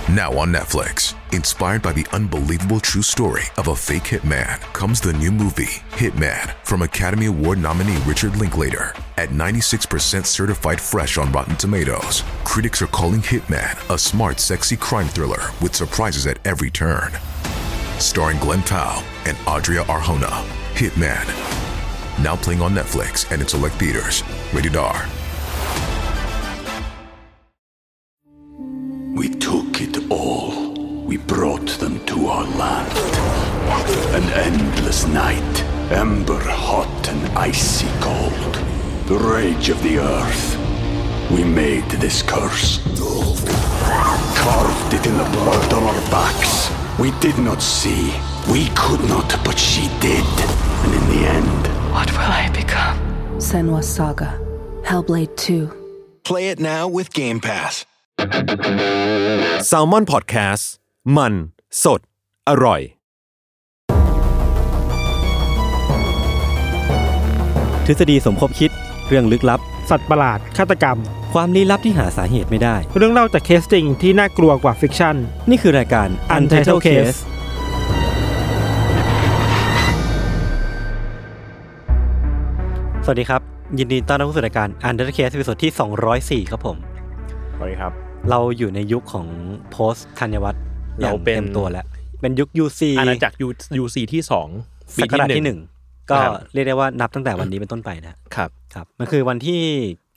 Now on Netflix, inspired by the unbelievable true story of a fake hitman, comes the new movie, Hitman, from Academy Award nominee Richard Linklater. At 96% certified fresh on Rotten Tomatoes, critics are calling Hitman a smart, sexy crime thriller with surprises at every turn. Starring Glenn Powell and Adria Arjona, Hitman. Now playing on Netflix and in select theaters. Rated R. We took it all. We brought them to our land. An endless night, ember hot and icy cold. The rage of the earth. We made this curse. Carved it in the blood on our backs. We did not see. We could not, but she did. And in the end... What will I become? Senua's Saga. Hellblade 2. Play it now with Game Pass. Salmon Podcast มันสดอร่อยทฤษฎีสมคบคิดเรื่องลึกลับสัตว์ประหลาดฆาตกรรมความลี้ลับที่หาสาเหตุไม่ได้เรื่องเล่าจากเคสจริงที่น่ากลัวกว่าฟิกชั่นนี่คือรายการ Untitled Case สวัสดีครับยินดีต้อนรับเข้าสู่รายการ Untitled Case ตอนที่204ครับผมสวัสดีครับเราอยู่ในยุคของโพสต์ธัญวัฒน์อย่างเต็มตัวแล้วเป็นยุค UC อาณาจักร UC ที่2ปีที่1ก็เรียกได้ว่านับตั้งแต่วันนี้เป็นต้นไปนะครับครับมันคือวันที่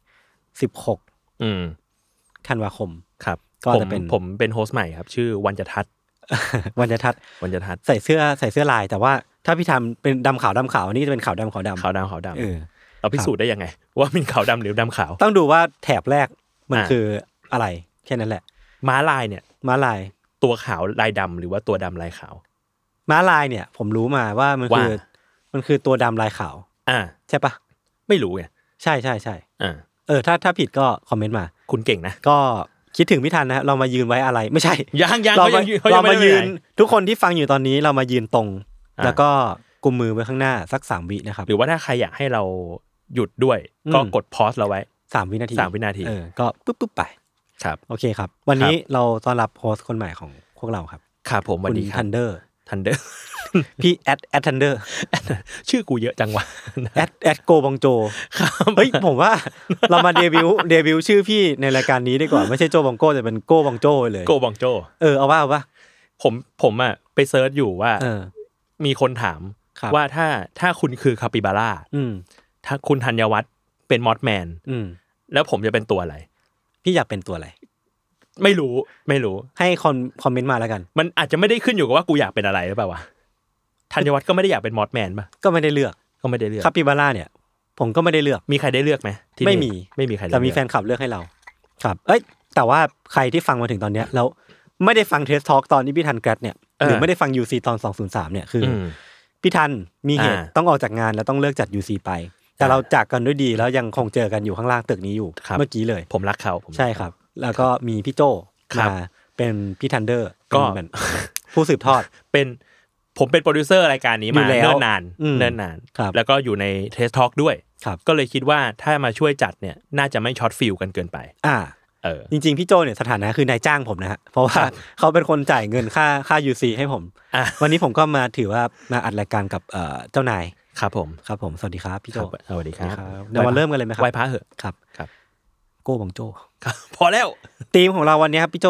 16ธันวาคมครับก็จะเป็นผมเป็นโฮสต์ใหม่ครับชื่อวันจทัศน์วันจทัศน์ใส่เสื้อลายแต่ว่าถ้าพี่ทำเป็นดำขาวอันนี้จะเป็นขาวดำเราพิสูจน์ได้ยังไงว่าเป็นขาวดำหรือดำขาวต้องดูว่าแถบแรกมันคืออะไรแค่นั้นแหละม้าลายเนี่ยตัวขาวลายดำหรือว่าตัวดำลายขาวม้าลายเนี่ยผมรู้มาว่ามันคือตัวดำลายขาวใช่ปะไม่รู้ไงใช่ถ้าผิดก็คอมเมนต์มาคุณเก่งนะก็คิดถึงพี่ทันนะเรามายืนไว้อะไรไม่ใช่ยังเรามายืนทุกคนที่ฟังอยู่ตอนนี้เรามายืนตรงแล้วก็กุมมือไว้ข้างหน้าสัก3วินะครับหรือว่าถ้าใครอยากให้เราหยุดด้วยก็กดพอสเราไว้ 3 วินาทีก็ปุ๊บไปครับโอเคครับวันนี้เราต้อนรับโฮสต์คนใหม่ของพวกเราครับครับผมสวัสดีครับ Thunder พี่แอด Thunder ชื่อกูเยอะจังวะแอดโกบองโจเฮ้ยผมว่าเรามาเดบิวต์ชื่อพี่ในรายการนี้ดีกว่าไม่ใช่โจบองโกแต่เป็นโกบองโจเลยโกบองโจเอาว่าผมอ่ะไปเซิร์ชอยู่ว่ามีคนถามว่าถ้าคุณคือคาปิบาร่าถ้าคุณธัญวัฒน์เป็นมอสแมนแล้วผมจะเป็นตัวอะไรพี่อยากเป็นตัวอะไรไม่รู้ให้คอมเมนต์มาแล้วกันมันอาจจะไม่ได้ขึ้นอยู่กับว่ากูอยากเป็นอะไรหรือเปล่าวะธัญวัฒน์ก็ไม่ได้อยากเป็นมอสแมนป่ะก็ไม่ได้เลือกคาปิบาร่าเนี่ยผมก็ไม่ได้เลือกมีใครได้เลือกไหมไม่มีใครแต่มีแฟนคลับเลือกให้เราครับแต่ว่าใครที่ฟังมาถึงตอนเนี้ยแล้วไม่ได้ฟังเทสทอล์กตอนนี้พี่ทันแกรดเนี่ยหรือไม่ได้ฟัง UC ตอน203เนี่ยคือพี่ทันมีเหตุต้องออกจากงานแล้วต้องเลิกจัด UC ไปแต่เราจากกันด้วยดีแล้วยังคงเจอกันอยู่ข้างล่างตึกนี้อยู่เมื่อกี้เลยผมรักเขาใช่ครับแล้วก็มีพี่โจมาเป็นพี่ทันเดอร์ก็ผู้สืบทอดผมเป็นโปรดิวเซอร์รายการนี้มาเนิ่นนานแล้วก็อยู่ในเทสทอล์กด้วยก็เลยคิดว่าถ้ามาช่วยจัดเนี่ยน่าจะไม่ช็อตฟิลกันเกินไปจริงๆพี่โจเนี่ยสถานะคือนายจ้างผมนะฮะเพราะว่าเขาเป็นคนจ่ายเงินค่า UC ให้ผมวันนี้ผมก็มาถือว่ามาอัดรายการกับเจ้านายครับผมสวัสดีครับพี่โจสวัสดีครับเดี๋ยวมาเริ่มกันเลยไหมครับไหว้พระเหอะครับโก้บังโจพอแล้วธีมของเราวันนี้ครับพี่โจ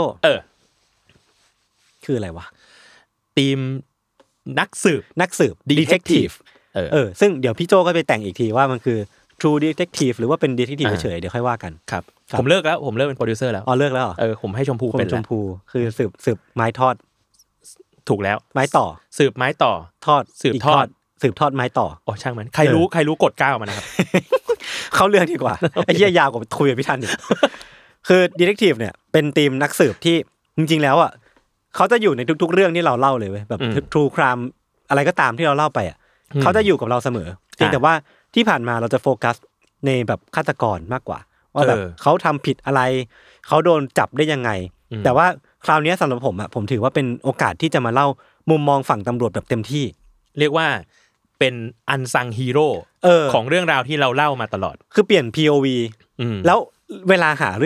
คืออะไรวะธีมนักสืบ detective ซึ่งเดี๋ยวพี่โจก็ไปแต่งอีกทีว่ามันคือ true detective หรือว่าเป็น detective เฉยๆเดี๋ยวค่อยว่ากันครับผมเลิกเป็นโปรดิวเซอร์แล้วเลิกแล้วผมให้ชมพูเป็นชมพูคือสืบไม้ทอดถูกแล้วไม้ต่อสืบไม้ต่อทอดสืบทอดไม้ต่อช่างมันใครรู้กด9มานะครับเข้าเรื่องดีกว่าไอ้เหี้ยยาวกว่าคุยกับพี่ทันอยู่คือ detective เนี่ยเป็นทีมนักสืบที่จริงๆแล้วเขาจะอยู่ในทุกๆเรื่องที่เราเล่าเลยเว้ยแบบ true crime อะไรก็ตามที่เราเล่าไปเขาจะอยู่กับเราเสมอเพียงแต่ว่าที่ผ่านมาเราจะโฟกัสในแบบฆาตกรมากกว่าว่าแบบเขาทำผิดอะไรเขาโดนจับได้ยังไงแต่ว่าคราวนี้สำหรับผมถือว่าเป็นโอกาสที่จะมาเล่ามุมมองฝั่งตำรวจแบบเต็มที่เรียกว่าเป็นอันซังฮีโร่ของเรื่องราวที่เราเล่ามาตลอดคือเปลี่ยน POV แล้วเวลาหาเรื่อง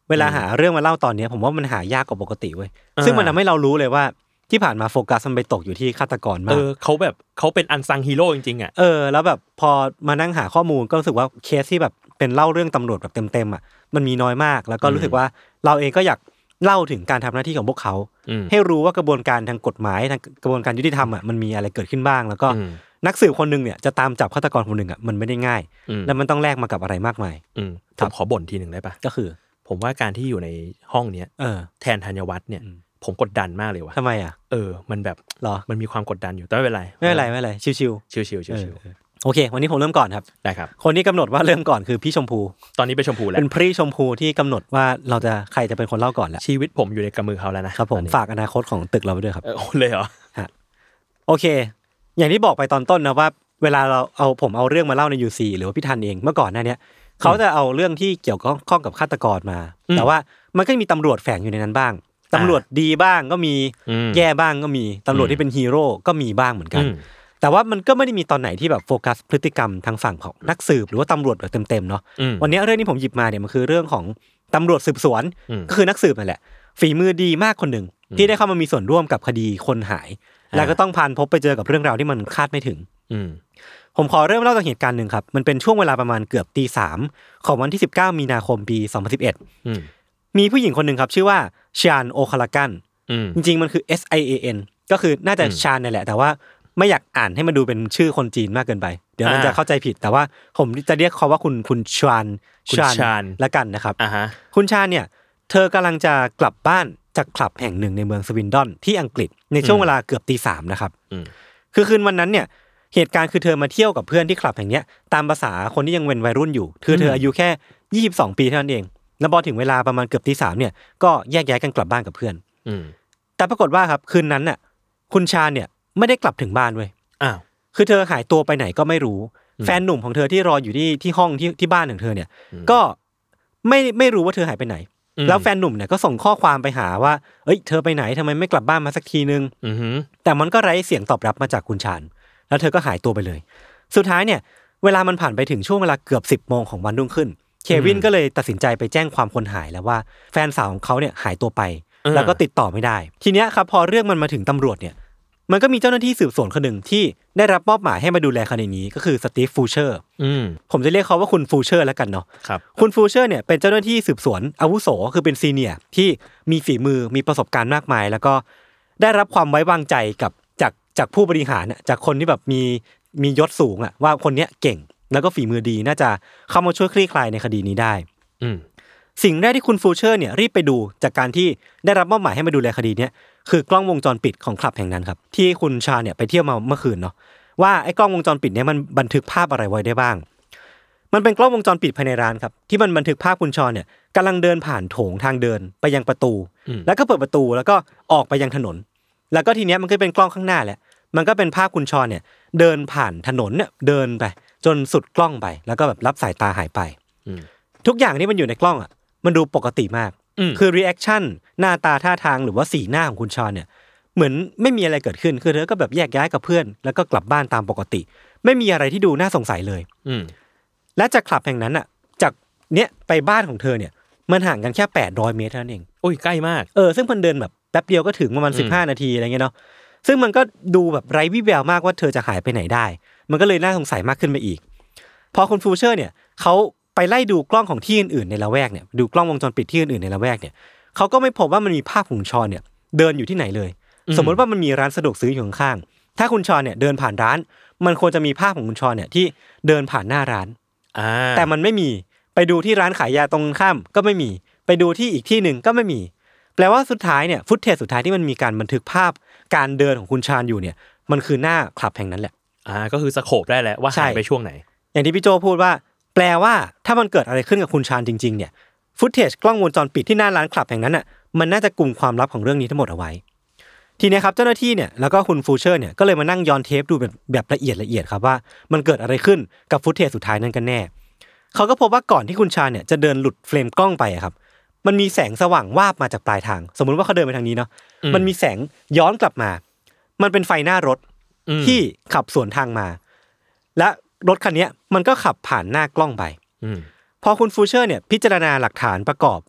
เวลาหาเรื่องมาเล่าตอนนี้ผมว่ามันหายากกว่าปกติเว้ยซึ่งมันทำให้เรารู้เลยว่าที่ผ่านมาโฟกัสมันไปตกอยู่ที่ฆาตกรมากเขาเป็นอันซังฮีโร่จริงๆอ่ะแล้วแบบพอมานั่งหาข้อมูลก็รู้สึกว่าเคสที่แบบเป็นเล่าเรื่องตำรวจแบบเต็มๆอ่ะมันมีน้อยมากแล้วก็รู้สึกว่าเราเองก็อยากเล่าถึงการทำหน้าที่ของพวกเขาให้รู้ว่ากระบวนการทางกฎหมายทางกระบวนการยุติธรรมอ่ะมันมีอะไรเกิดขึ้นบ้างแล้วก็นักสืบคนนึงเนี่ยจะตามจับฆาตกรคนนึงอ่ะมันไม่ได้ง่ายแล้วมันต้องแลกมากับอะไรมากมายผมขอบ่นทีนึงได้ปะก็คือผมว่าการที่อยู่ในห้องเนี้ยแทนธัญวัฒน์เนี่ยผมกดดันมากเลยว่ะทำไมอ่ะมันแบบหรอมันมีความกดดันอยู่แต่ไม่เป็นไรชิวโอเควันนี้ผมเริ่มก่อนครับได้ครับคนที่กำหนดว่าเริ่มก่อนคือพี่ชมพูตอนนี้เป็นชมพูแล้วเป็นพี่ชมพูที่กำหนดว่าเราจะใครจะเป็นคนเล่าก่อนแล้วชีวิตผมอยู่ในกำมือเขาแล้วนะครับผมฝากอนาคตของตึกเราไปด้วยครับเลยเหรอฮะโอเคอย่างที่บอกไปตอนต้นนะว่าเวลาเราผมเอาเรื่องมาเล่าใน UC หรือว่าพี่ทันเองเมื่อก่อนหน้านี้เขาจะเอาเรื่องที่เกี่ยวข้องกับฆาตกรมาแต่ว่ามันก็มีตำรวจแฝงอยู่ในนั้นบ้างตำรวจดีบ้างก็มีแย่บ้างก็มีตำรวจที่เป็นฮีโร่ก็มีบ้างเหมือนกันแต่ว่ามันก็ไม่ได้มีตอนไหนที่แบบโฟกัสพฤติกรรมทางฝั่งของนักสืบหรือว่าตำรวจแบบเต็มๆเนาะวันนี้เรื่องที่ผมหยิบมาเนี่ยมันคือเรื่องของตำรวจสืบสวนก็คือนักสืบนั่นแหละฝีมือดีมากคนหนึ่งที่ได้เข้ามามีส่วนร่วมกับคดีคนหายแล้วก็ต้องผ่านพบไปเจอกับเรื่องราวที่มันคาดไม่ถึงผมขอเริ่มเล่าจากเหตุการณ์หนึ่งครับมันเป็นช่วงเวลาประมาณเกือบตี 3ของวันที่19มีนาคมปี2011มีผู้หญิงคนหนึ่งครับชื่อว่าชานโอคาลากันจริงๆมันคือ SIAN ก็คือน่าจะชานนี่แหละแต่ว่าไม่อยากอ่านให้มันดูเป็นชื่อคนจีนมากเกินไปเดี๋ยวมันจะเข้าใจผิดแต่ว่าผมจะเรียกเขาว่าคุณชานละกันนะครับคุณชานเนี่ยเธอกำลังจะกลับบ้านจากคลับแห่งหนึ่งในเมืองสวินดอนที่อังกฤษในช่วงเวลาเกือบตี 3นะครับคือคืนวันนั้นเนี่ยเหตุการณ์คือเธอมาเที่ยวกับเพื่อนที่คลับแห่งเนี้ยตามภาษาคนที่ยังเป็นวัยรุ่นอยู่เธออายุแค่22ปีเท่านั้นเองแล้วพอถึงเวลาประมาณเกือบตี 3เนี่ยก็แยกย้ายกันกลับบ้านกับเพื่อนแต่ปรากฏว่าครับคืนนั้นน่ะคุณชาเนี่ยไม่ได้กลับถึงบ้านเว้ยคือเธอหายตัวไปไหนก็ไม่รู้แฟนหนุ่มของเธอที่รออยู่ที่ห้องที่บ้านของเธอเนี่ยก็ไม่รู้ว่าเธอหายไปไหนแล้วแฟนหนุ่มเนี่ยก็ส่งข้อความไปหาว่าเอ้ยเธอไปไหนทำไมไม่กลับบ้านมาสักทีนึงแต่มันก็ไร้เสียงตอบรับมาจากคุณชาญแล้วเธอก็หายตัวไปเลยสุดท้ายเนี่ยเวลามันผ่านไปถึงช่วงเวลาเกือบ10 โมงของวันรุ่งขึ้นเควินก็เลยตัดสินใจไปแจ้งความคนหายแล้วว่าแฟนสาวของเขาเนี่ยหายตัวไปแล้วก็ติดต่อไม่ได้ทีเนี้ยครับพอเรื่องมันมาถึงตำรวจเนี่ยมันก็มีเจ้าหน้าที่สืบสวนคนหนึ่งที่ได้รับมอบหมายให้มาดูแลคดีนี้ก็คือสตีฟฟูเชอร์ผมจะเรียกเขาว่าคุณฟูเชอร์แล้วกันเนาะคุณฟูเชอร์เนี่ยเป็นเจ้าหน้าที่สืบสวนอาวุโสคือเป็นซีเนียร์ที่มีฝีมือมีประสบการณ์มากมายแล้วก็ได้รับความไว้วางใจกับจากผู้บริหารน่ะจากคนที่แบบมียศสูงอ่ะว่าคนเนี้ยเก่งแล้วก็ฝีมือดีน่าจะเข้ามาช่วยคลี่คลายในคดีนี้ได้สิ่งแรกที่คุณฟูเชอร์เนี่ยรีบไปดูจากการที่ได้รับมอบหมายให้มาดูแลคดีเนี้ยคือกล้องวงจรปิดของคลับแห่งนั้นครับที่คุณชาเนี่ยไปเที่ยวมาเมื่อคืนเนาะว่าไอ้กล้องวงจรปิดเนี้ยมันบันทึกภาพอะไรไว้ได้บ้างมันเป็นกล้องวงจรปิดภายในร้านครับที่มันบันทึกภาพคุณชาเนี่ยกำลังเดินผ่านโถงทางเดินไปยังประตูแล้วก็เปิดประตูแล้วก็ออกไปยังถนนแล้วก็ทีเนี้ยมันก็เป็นกล้องข้างหน้าแหละมันก็เป็นภาพคุณชาเนี่ยเดินผ่านถนนเนี่ยเดินไปจนสุดกล้องไปแล้วก็แบบรับสายตาหายไปทุกอย่างที่มันอยู่ในกล้องอ่ะมันดูปกติมากคือรีแอคชั่นหน้าตาท่าทางหรือว่าสีหน้าของคุณชาเนี่ยเหมือนไม่มีอะไรเกิดขึ้นคือเธอก็แบบแยกย้ายกับเพื่อนแล้วก็กลับบ้านตามปกติไม่มีอะไรที่ดูน่าสงสัยเลยและจากคลับแห่งนั้นอ่ะจากเนี้ยไปบ้านของเธอเนี่ยมันห่างกันแค่800 เมตรเท่านั้นเองโอ้ยใกล้มากซึ่งมันเดินแบบแป๊บเดียวก็ถึงประมาณ15 นาทีอะไรเงี้ยเนาะซึ่งมันก็ดูแบบไร้วี่แววมากว่าเธอจะหายไปไหนได้มันก็เลยน่าสงสัยมากขึ้นไปอีกพอคุณฟูเชอร์เนี่ยเขาไปไล่ดูกล้องของที่อื่นๆในละแวกเนี่ยดูกล้องวงจรปิดที่อื่นๆในละแวกเนี่ยเขาก็ไม่พบว่ามันมีภาพของชอนเนี่ยเดินอยู่ที่ไหนเลยสมมติว่ามันมีร้านสะดวกซื้ออยู่ข้างๆถ้าคุณชอนเนี่ยเดินผ่านร้านมันควรจะมีภาพของคุณชอนเนี่ยที่เดินผ่านหน้าร้านแต่มันไม่มีไปดูที่ร้านขายยาตรงข้ามก็ไม่มีไปดูที่อีกที่นึงก็ไม่มีแปลว่าสุดท้ายเนี่ยฟุตเทจสุดท้ายที่มันมีการบันทึกภาพการเดินของคุณชานอยู่เนี่ยมันคือหน้าคลับแห่งนั้นแหละก็คือสโคปได้แล้วว่าหายไปช่วงไหนอย่างที่พี่โจพูดว่าแปลว่าถ้ามันเกิดอะไรขึ้นกับคุณชานจริงๆเนี่ยฟุตเทจกล้องวงจรปิดที่หน้าร้านคลับแห่งนั้นน่ะมันน่าจะกุมความลับของเรื่องนี้ทั้งหมดเอาไว้ทีนี้ครับเจ้าหน้าที่เนี่ยแล้วก็คุณฟูเชอร์เนี่ยก็เลยมานั่งย้อนเทปดูแบบละเอียดครับว่ามันเกิดอะไรขึ้นกับฟุตเทจสุดท้ายนั้นกันแน่เขาก็พบว่าก่อนที่คุณชานเนี่ยจะเดินหลุดเฟรมกล้องไปครับมันมีแสงสว่างวาบมาจากปลายทางสมมุติว่าเขาเดินไปทางนี้เนาะมันมีแสงย้อนกลับมามันเป็นไฟหน้ารถที่ขับสวนทางมาและรถคันนี้มันก็ขับผ่านหน้ากล้องไปพอคุณฟูเชอร์เนี่ยพิจารณาหลักฐานประกอบว่า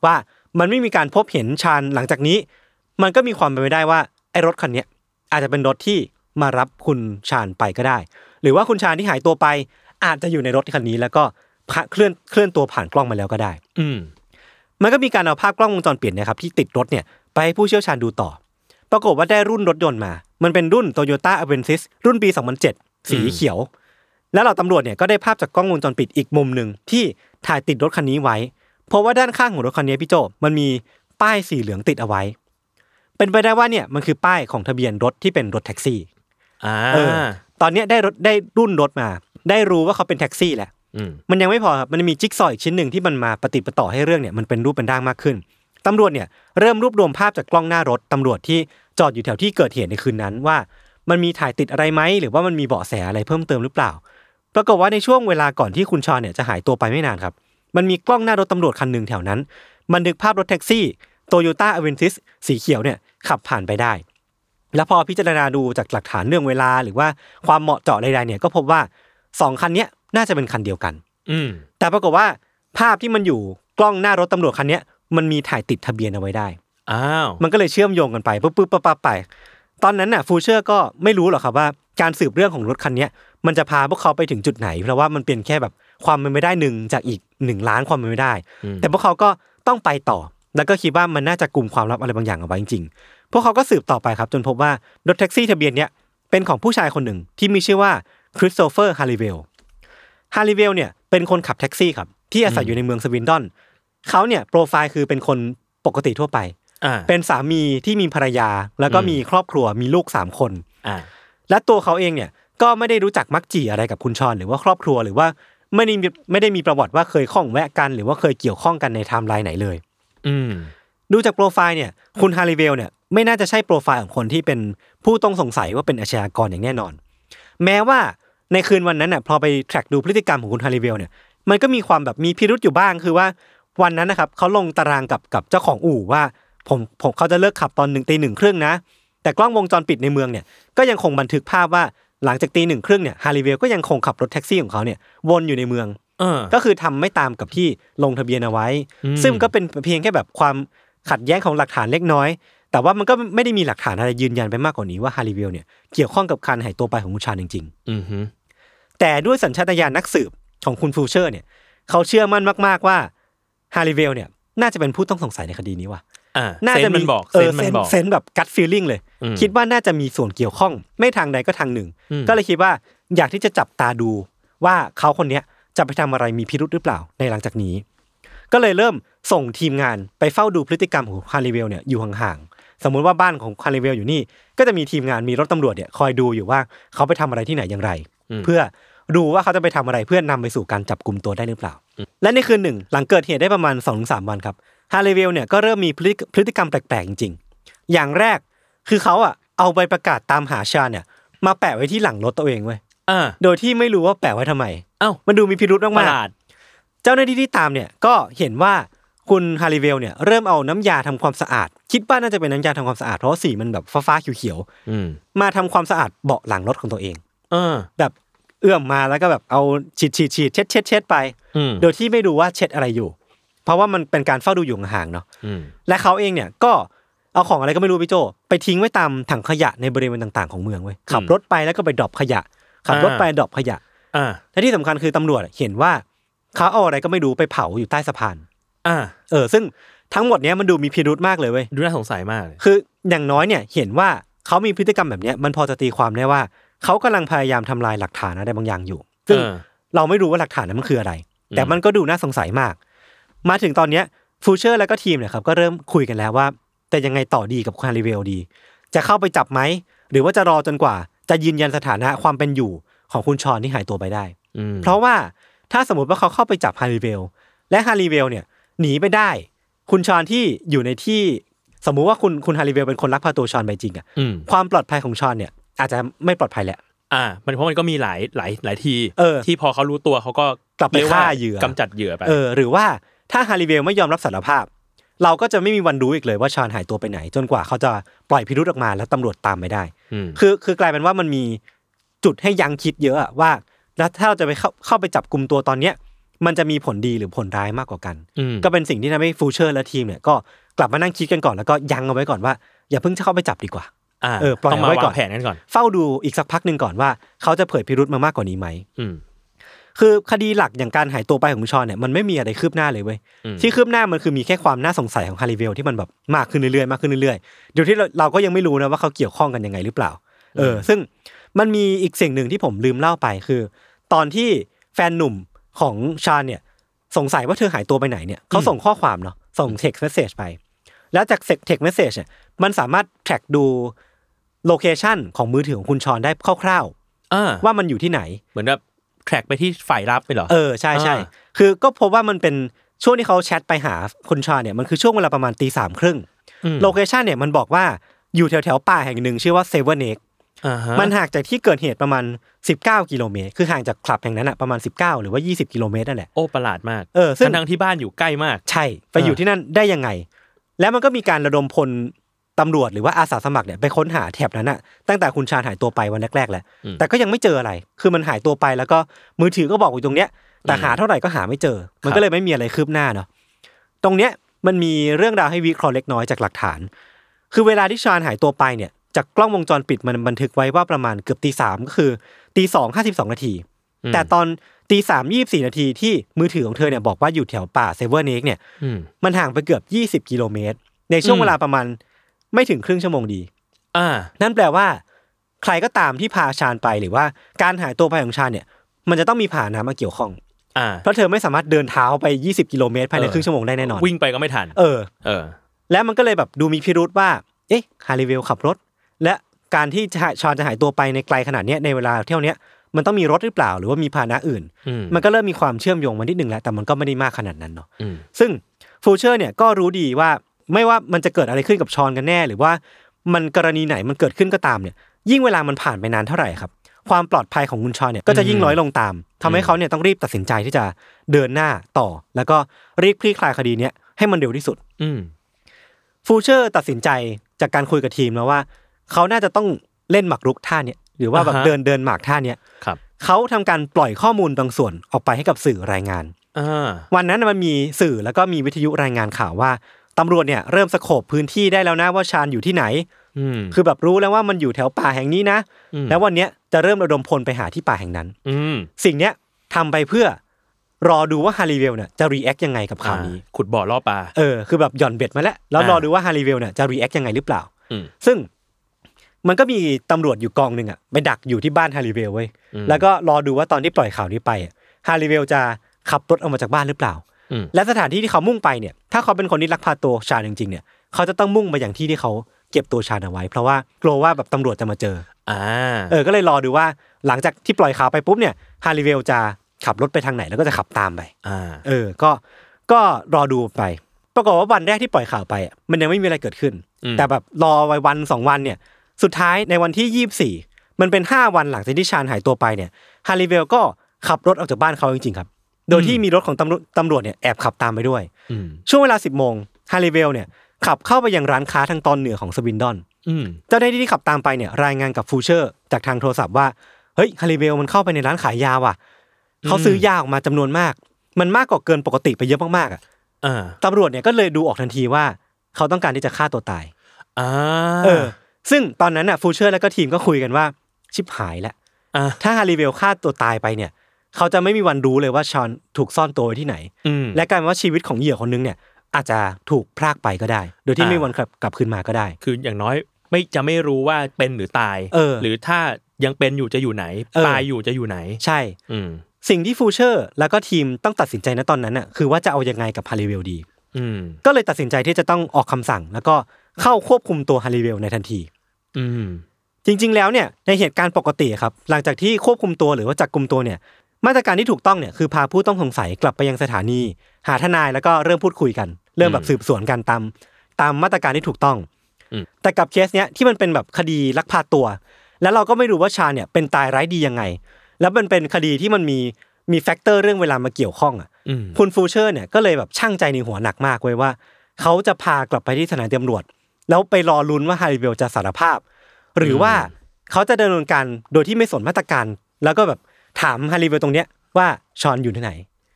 มันไม่มีการพบเห็นชาญหลังจากนี้มันก็มีความเป็นไปได้ว่าไอ้รถคันนี้อาจจะเป็นรถที่มารับคุณชาญไปก็ได้หรือว่าคุณชาญที่หายตัวไปอาจจะอยู่ในรถคันนี้แล้วก็เคลื่อนตัวผ่านกล้องมาแล้วก็ได้มันก็มีการเอาภาพกล้องวงจรปิดนะครับที่ติดรถเนี่ยไปให้ผู้เชี่ยวชาญดูต่อปรากฏว่าได้รุ่นรถยนต์มามันเป็นรุ่น Toyota Avensis รุ่นปี 2007 สีเขียวแล้วเราตำรวจเนี่ยก็ได้ภาพจากกล้องวงจรปิดอีกมุมนึงที่ถ่ายติดรถคันนี้ไว้เพราะว่าด้านข้างของรถคันนี้พี่โจมันมีป้ายสีเหลืองติดเอาไว้เป็นไปได้ว่าเนี่ยมันคือป้ายของทะเบียนรถที่เป็นรถแท็กซี่ตอนนี้ได้รุ่นรถมาได้รู้ว่าเขาเป็นแท็กซี่แหละมันยังไม่พอครับมันมีจิ๊กซอว์อีกชิ้นหนึ่งที่มันมาประติดประต่อให้เรื่องเนี่ยมันเป็นรูปเป็นร่างมากขึ้นตำรวจเนี่ยเริ่มรวบรวมภาพจากกล้องหน้ารถตำรวจที่จอดอยู่แถวที่เกิดเหตุในคืนนั้นว่ามันมีถ่ายติดอะไรไหมหรือว่ามันมีเบาะแสอะไรเพิ่มเติมหรือเปล่าปรากฏว่าในช่วงเวลาก่อนที่คุณชอนเนี่ยจะหายตัวไปไม่นานครับมันมีกล้องหน้ารถตำรวจคันนึงแถวนั้นบันทึกภาพรถแท็กซี่ Toyota Avensis สีเขียวเนี่ยขับผ่านไปได้แล้วพอพิจารณาดูจากหลักฐานเรื่องเวลาหรือว่าความเหมาะเจาะใดๆเนี่ยก็พบว่า2คันนี้น่าจะเป็นคันเดียวกันแต่ปรากฏว่าภาพที่มันอยู่กล้องหน้ารถตำรวจคันนี้มันมีถ่ายติดทะเบียนเอาไว้ได้มันก็เลยเชื่อมโยงกันไปปึ๊บๆไปตอนนั้นน่ะฟูเชอร์ก็ไม่รู้หรอกครับว่าการสืบเรื่องของรถคันนี้มันจะพาพวกเขาไปถึงจุดไหนเพราะว่ามันเป็นแค่แบบความเป็นไปได้1จากอีก1ล้านความเป็นไปได้แต่พวกเขาก็ต้องไปต่อแล้วก็คิดว่ามันน่าจะกุมความลับอะไรบางอย่างเอาไว้จริงๆพวกเขาก็สืบต่อไปครับจนพบว่ารถแท็กซี่ทะเบียนเนี้ยเป็นของผู้ชายคนหนึ่งที่มีชื่อว่าคริสโตเฟอร์ฮาริเวลเนี่ยเป็นคนขับแท็กซี่ครับที่อาศัยอยู่ในเมืองสวินดอนเขาเนี่ยโปรไฟล์คือเป็นคนปกติทั่วไปเป็นสามีที่มีภรรยาแล้วก็มีครอบครัวมีลูก3คนและตัวเขาเองเนี่ยก็ไม่ได้รู้จักมักจีอะไรกับคุณชอนหรือว่าครอบครัวหรือว่าไม่ได้มีประวัติว่าเคยข้องแวะกันหรือว่าเคยเกี่ยวข้องกันในไทม์ไลน์ไหนเลยดูจากโปรไฟล์เนี่ยคุณฮาริเวลเนี่ยไม่น่าจะใช่โปรไฟล์ของคนที่เป็นผู้ต้องสงสัยว่าเป็นอาชญากรอย่างแน่นอนแม้ว่าในคืนวันนั้นน่ะพอไปแทร็กดูพฤติกรรมของคุณฮาริเวลเนี่ยมันก็มีความแบบมีพิรุธอยู่บ้างคือว่าวันนั้นนะครับเขาลงตารางกับเจ้าของอู่ว่าผมเขาจะเลิกขับตอนตี 1:30 นะแต่กล้องวงจรปิดในเมืองเนี่ยก็ยังคงบันทึกภาพว่าหลังจากตี 1:30เนี่ยฮาริเวลก็ยังคงขับรถแท็กซี่ของเขาเนี่ยวนอยู่ในเมืองก็คือทำไม่ตามกับที่ลงทะเบียนเอาไว้ซึ่งก็เป็นเพียงแค่แบบความขัดแย้งของหลักฐานเล็กน้อยแต่ว่ามันก็ไม่ได้มีหลักฐานอะไรยืนยันไปมากกว่านี้ว่าฮาริเวลเนี่ยเกี่ยวข้องกับการหายตัวไปของคุณชาญจริงๆแต่ด้วยสัญชาตญาณนักสืบของคุณฟูเชอร์เนี่ยเขาเชื่อมั่นมากๆว่าฮาริเวลเนี่ยน่าจะเป็นผู้ต้องสงสัยในคดีนี้ว่ะน่าจะมีเซนแบบกัตฟีลลิ่งเลยคิดว่าน่าจะมีส่วนเกี่ยวข้องไม่ทางใดก็ทางหนึ่งก็เลยคิดว่าอยากที่จะจับตาดูว่าเขาคนนี้จะไปทำอะไรมีพิรุธหรือเปล่าในหลังจากนี้ก็เลยเริ่มส่งทีมงานไปเฝ้าดูพฤติกรรมของฮาริเวลเนี่ยอยู่ห่างๆสมมุติว่าบ้านของฮาริเวลอยู่นี่ก็จะมีทีมงานมีรถตำรวจเนี่ยคอยดูอยู่ว่าเขาไปทำอะไรที่ไหนอย่างไรเพื่อดูว่าเขาจะไปทำอะไรเพื่อนำไปสู่การจับกุมตัวได้หรือเปล่าและในคืนหนึ่งหลังเกิดเหตุได้ประมาณ 2-3 วันครับฮาริเวลเนี่ยก็เริ่มมีพฤติกรรมแปลกๆจริงๆอย่างแรกคือเขาเอาใบประกาศตามหาชาเนี่ยมาแปะไว้ที่หลังรถตัวเองเว้ยโดยที่ไม่รู้ว่าแปะไว้ทำไมมันดูมีพิรุธมากๆเจ้าหน้าที่ที่ตามเนี่ยก็เห็นว่าคุณฮาริเวลเนี่ยเริ่มเอาน้ำยาทำความสะอาดคิดว่าน่าจะเป็นน้ำยาทำความสะอาดเพราะสีมันแบบฟ้าๆเขียวๆมาทำความสะอาดเบาะหลังรถของตัวเองแบบเอื้อมมาแล้วก็แบบเอาฉีดเช็ดไปโดยที่ไม่รู้ว่าเช็ดอะไรอยู่เพราะว่ามันเป็นการเฝ้าดูอยู่ห่างๆเนาะและเขาเองเนี่ยก็เอาของอะไรก็ไม่รู้พี่โจไปทิ้งไว้ตามถังขยะในบริเวณต่างๆของเมืองเว้ยขับรถไปแล้วก็ไปดรอปขยะขับรถไปดรอปขยะและที่สำคัญคือตำรวจเห็นว่าเขาเอาอะไรก็ไม่รู้ไปเผาอยู่ใต้สะพานซึ่งทั้งหมดเนี้ยมันดูมีพิรุธมากเลยเว้ยดูน่าสงสัยมากเลยคืออย่างน้อยเนี่ยเห็นว่าเขามีพฤติกรรมแบบนี้มันพอจะตีความได้ว่าเขากำลังพยายามทำลายหลักฐานอะไรบางอย่างอยู่ซึ่งเราไม่รู้ว่าหลักฐานนั้นมันคืออะไรแต่มันก็ดูน่าสงสัยมากมาถึงตอนนี้ฟูเชอร์แล้วก็ทีมเนี่ยครับก็เริ่มคุยกันแล้วว่าแต่ยังไงต่อดีกับฮาริเวลดีจะเข้าไปจับไหมหรือว่าจะรอจนกว่าจะยืนยันสถานะความเป็นอยู่ของคุณชอนที่หายตัวไปได้เพราะว่าถ้าสมมติว่าเขาเข้าไปจับฮาริเวลและฮาริเวลเนี่ยหนีไปได้คุณชอนที่อยู่ในที่สมมุติว่าคุณฮาริเวลเป็นคนลักพาตัวชอนไปจริงความปลอดภัยของชอนเนี่ยอาจจะไม่ปลอดภัยแหละมันเพราะมันก็มีหลายทีที่พอเขารู้ตัวเขาก็กลับไปฆ่าเหยื่อกำจัดเหยื่อไปหรือว่าถ้าฮาริเวลไม่ยอมรับสารภาพเราก็จะไม่มีวันรู้อีกเลยว่าชอนหายตัวไปไหนจนกว่าเขาจะปล่อยพิรุธออกมาแล้วตำรวจตามไปได้คือกลายเป็นว่ามันมีจุดให้ยังคิดเยอะว่าแล้วถ้าเราจะไปเข้าไปจับกุมตัวตอนเนี้ยมันจะมีผลดีหรือผลร้ายมากกว่ากันก็เป็นสิ่งที่ทำให้ฟูเชอร์และทีมเนี่ยก็กลับมานั่งคิดกันก่อนแล้วก็ยั้งเอาไว้ก่อนว่าอย่าเพิ่งเข้าไปจับดีกว่าปล่อยไว้ก่อนแผนกันก่อนเฝ้าดูอีกสักพักนึงก่อนว่าเขาจะเผยพิรุธมามากกว่านี้ไหมคือคดีหลักอย่างการหายตัวไปของชอนเนี่ยมันไม่มีอะไรคืบหน้าเลยเว้ยที่คืบหน้ามันคือมีแค่ความน่าสงสัยของฮาริเวลที่มันแบบมากขึ้นเรื่อยๆมากขึ้นเรื่อยๆเดี๋ยวที่เราก็ยังไม่รู้นะว่าเขาเกี่ยวข้องกันยังไงหรือเปล่าซึ่งมันมีอีกสิ่งหนึ่งที่ผมลืมเล่าไปคือตอนที่แฟนหนุ่มของชอนเนี่ยสงสัยว่าเธอหายตัวไปไหนเนี่ยเขาส่งข้อความเนาะส่ง text message ไปแล้วจาก text message เนี่ยมันสามารถ track ดูโลเคชันของมือถือของคุณชอนได้คร่าวๆว่ามันอยู่ที่ไหนเหมือนแบบแทร็กไปที่ฝ่ายรับไปเหรอใช่ๆคือก็พบว่ามันเป็นช่วงที่เขาแชทไปหาคุณชอนเนี่ยมันคือช่วงเวลาประมาณ 3:30 นโลเคชันเนี่ยมันบอกว่าอยู่แถวๆป่าแห่งหนึ่งชื่อว่าเซเวอร์เนกมันห่างจากที่เกิดเหตุประมาณ19กิโลเมตรคือห่างจากคลับแห่งนั้นประมาณ19หรือว่า20กิโลเมตรนั่นแหละโอ้ประหลาดมากซึ่งทั้งที่บ้านอยู่ใกล้มากใช่ไปอยู่ที่นั่นได้ยังไงแล้วมันก็มีการระดมพลตำรวจหรือว่าอาสาสมัครเนี่ยไปค้นหาแถบนั้นตั้งแต่คุณชาญหายตัวไปวันแรกๆแหละแต่ก็ยังไม่เจออะไรคือมันหายตัวไปแล้วก็มือถือก็บอกอยู่ตรงเนี้ยแต่หาเท่าไหร่ก็หาไม่เจอมันก็เลยไม่มีอะไรคืบหน้าเนาะตรงเนี้ยมันมีเรื่องราวให้วิเคราะห์เล็กน้อยจากหลักฐานคือเวลาที่ชาญหายตัวไปเนี่ยจากกล้องวงจรปิดมันบันทึกไว้ว่าประมาณเกือบ 3:00 นก็คือ 2:52 นแต่ตอน 3:24 นที่มือถือของเธอเนี่ยบอกว่าอยู่แถวป่าเซเวอร์เนกเนี่ยมันห่างไปเกือบ20กิโลเมตรในช่วงเวลาประมาณไม่ถึงครึ่งชั่วโมงดีนั่นแปลว่าใครก็ตามที่พาชาญไปหรือว่าการหายตัวไปของชาญเนี่ยมันจะต้องมีพาหนะมาเกี่ยวข้องเพราะเธอไม่สามารถเดินเท้าไป20กิโลเมตรภายในครึ่งชั่วโมงได้แน่นอนวิ่งไปก็ไม่ทันแล้วมันก็เลยแบบดูมีพิรุธว่าเอ๊ะฮาริเวลขับรถและการที่ชาญจะหายตัวไปในไกลขนาดนี้ในเวลาเท่านี้มันต้องมีรถหรือเปล่าหรือว่ามีพาหนะอื่นมันก็เริ่มมีความเชื่อมโยงมานิดนึงแล้วแต่มันก็ไม่ได้มากขนาดนั้นเนาะซึ่งฟูเชอร์เนี่ยก็รู้ดีว่าไม่ว่ามันจะเกิดอะไรขึ้นกับชอนกันแน่หรือว่ามันกรณีไหนมันเกิดขึ้นก็ตามเนี่ยยิ่งเวลามันผ่านไปนานเท่าไหร่ครับความปลอดภัยของคุณชอนเนี่ยก็จะยิ่งน้อยลงตามทำให้เขาเนี่ยต้องรีบตัดสินใจที่จะเดินหน้าต่อแล้วก็รีบคลี่คลายคดีนี้ให้มันเร็วที่สุดฟูเชอร์ตัดสินใจจากการคุยกับทีมแล้วว่าเขาน่าจะต้องเล่นหมากรุกท่าเนี่ยหรือว่าแบบเดินหมากท่าเนี้ยเขาทำการปล่อยข้อมูลบางส่วนออกไปให้กับสื่อรายงานวันนั้นมันมีสื่อแล้วก็มีวิทยุรายงานข่าวว่าตำรวจเนี่ยเริ่มสโคปพื้นที่ได้แล้วนะว่าชาญอยู่ที่ไหนคือแบบรู้แล้วว่ามันอยู่แถวป่าแห่งนี้นะแล้ววันเนี้ยจะเริ่มระดมพลไปหาที่ป่าแห่งนั้นสิ่งเนี้ยทำไปเพื่อรอดูว่าฮาริเวลเนี่ยจะรีแอคยังไงกับข่าวนี้ขุดบ่อล่อปลาคือแบบหย่อนเบ็ดมาแล้วรอดูว่าฮาริเวลเนี่ยจะรีแอคยังไงหรือเปล่าซึ่งมันก็มีตำรวจอยู่กองนึงไปดักอยู่ที่บ้านฮาริเวลเว้ยแล้วก็รอดูว่าตอนที่ปล่อยข่าวนี้ไปฮาริเวลจะขับรถออกมาจากบ้านหรือเปล่าและสถานที่ที่เขามุ่งไปเนี่ยถ้าเขาเป็นคนที่ลักพาตัวชาญจริงๆเนี่ยเขาจะต้องมุ่งไปอย่างที่เขาเก็บตัวชาญเอาไว้เพราะว่ากลัวว่าแบบตำรวจจะมาเจอก็เลยรอดูว่าหลังจากที่ปล่อยข่าวไปปุ๊บเนี่ยฮาริเวลจะขับรถไปทางไหนแล้วก็จะขับตามไปก็รอดูไปปรากฏว่าวันแรกที่ปล่อยข่าวไปมันยังไม่มีอะไรเกิดขึ้นแต่แบบรอไว้วัน2วันเนี่ยสุดท้ายในวันที่24มันเป็น5วันหลังจากที่ชาญหายตัวไปเนี่ยฮาริเวลก็ขับรถออกจากบ้านเขาจริงๆครับโดยที่มีรถของตำรวจเนี่ยแอบขับตามไปด้วยช่วงเวลา 10 โมงฮาริเวลเนี่ยขับเข้าไปยังร้านค้าทางตอนเหนือของสวินดอนเจ้าหน้าที่ที่ขับตามไปเนี่ยรายงานกับฟูเชอร์จากทางโทรศัพท์ว่าเฮ้ยฮาริเวลมันเข้าไปในร้านขายยาว่ะเขาซื้อยาออกมาจำนวนมากมันมากกว่าเกินปกติไปเยอะมากๆตำรวจเนี่ยก็เลยดูออกทันทีว่าเขาต้องการที่จะฆ่าตัวตายซึ่งตอนนั้นฟูเชอร์และก็ทีมก็คุยกันว่าชิบหายแล้วถ้าฮาริเวลฆ่าตัวตายไปเนี่ยเขาจะไม่มีวันรู้เลยว่าชอนถูกซ่อนตัวไว้ที่ไหนและกลายเป็นว่าชีวิตของเหยื่อคนนึงเนี่ยอาจจะถูกพรากไปก็ได้โดยที่ไม่มีวันกลับคืนมาก็ได้คืออย่างน้อยไม่รู้ว่าเป็นหรือตายหรือถ้ายังเป็นอยู่จะอยู่ไหนตายอยู่จะอยู่ไหนใช่สิ่งที่ฟูเชอร์แล้วก็ทีมต้องตัดสินใจณตอนนั้นน่ะคือว่าจะเอายังไงกับฮาริเวลดีก็เลยตัดสินใจที่จะต้องออกคำสั่งแล้วก็เข้าควบคุมตัวฮาริเวลในทันทีจริงๆแล้วเนี่ยในเหตุการณ์ปกติครับหลังจากที่ควบคุมตัวหรือว่าจับกุมตัวเนี่ยมาตรการที่ถูกต้องเนี่ยคือพาผู้ต้องสงสัยกลับไปยังสถานีหาทนายแล้วก็เริ่มพูดคุยกันเริ่มแบบสืบสวนกันตามมาตรการที่ถูกต้องแต่กับเคสเนี้ยที่มันเป็นแบบคดีลักพาตัวแล้วเราก็ไม่รู้ว่าชาเนี่ยเป็นตายร้ายดียังไงแล้วมันเป็นคดีที่มันมีแฟกเตอร์เรื่องเวลามาเกี่ยวข้องคุณฟูเชอร์เนี่ยก็เลยแบบชั่งใจในหัวหนักมากไว้ว่าเขาจะพากลับไปที่สถานีตำรวจแล้วไปรอลุ้นว่าฮาริเวลจะสารภาพหรือว่าเขาจะดำเนินการโดยที่ไม่สนมาตรการแล้วก็แบบถามฮาริเวลตรงเนี้ยว่าชอนอยู่ที่ไหน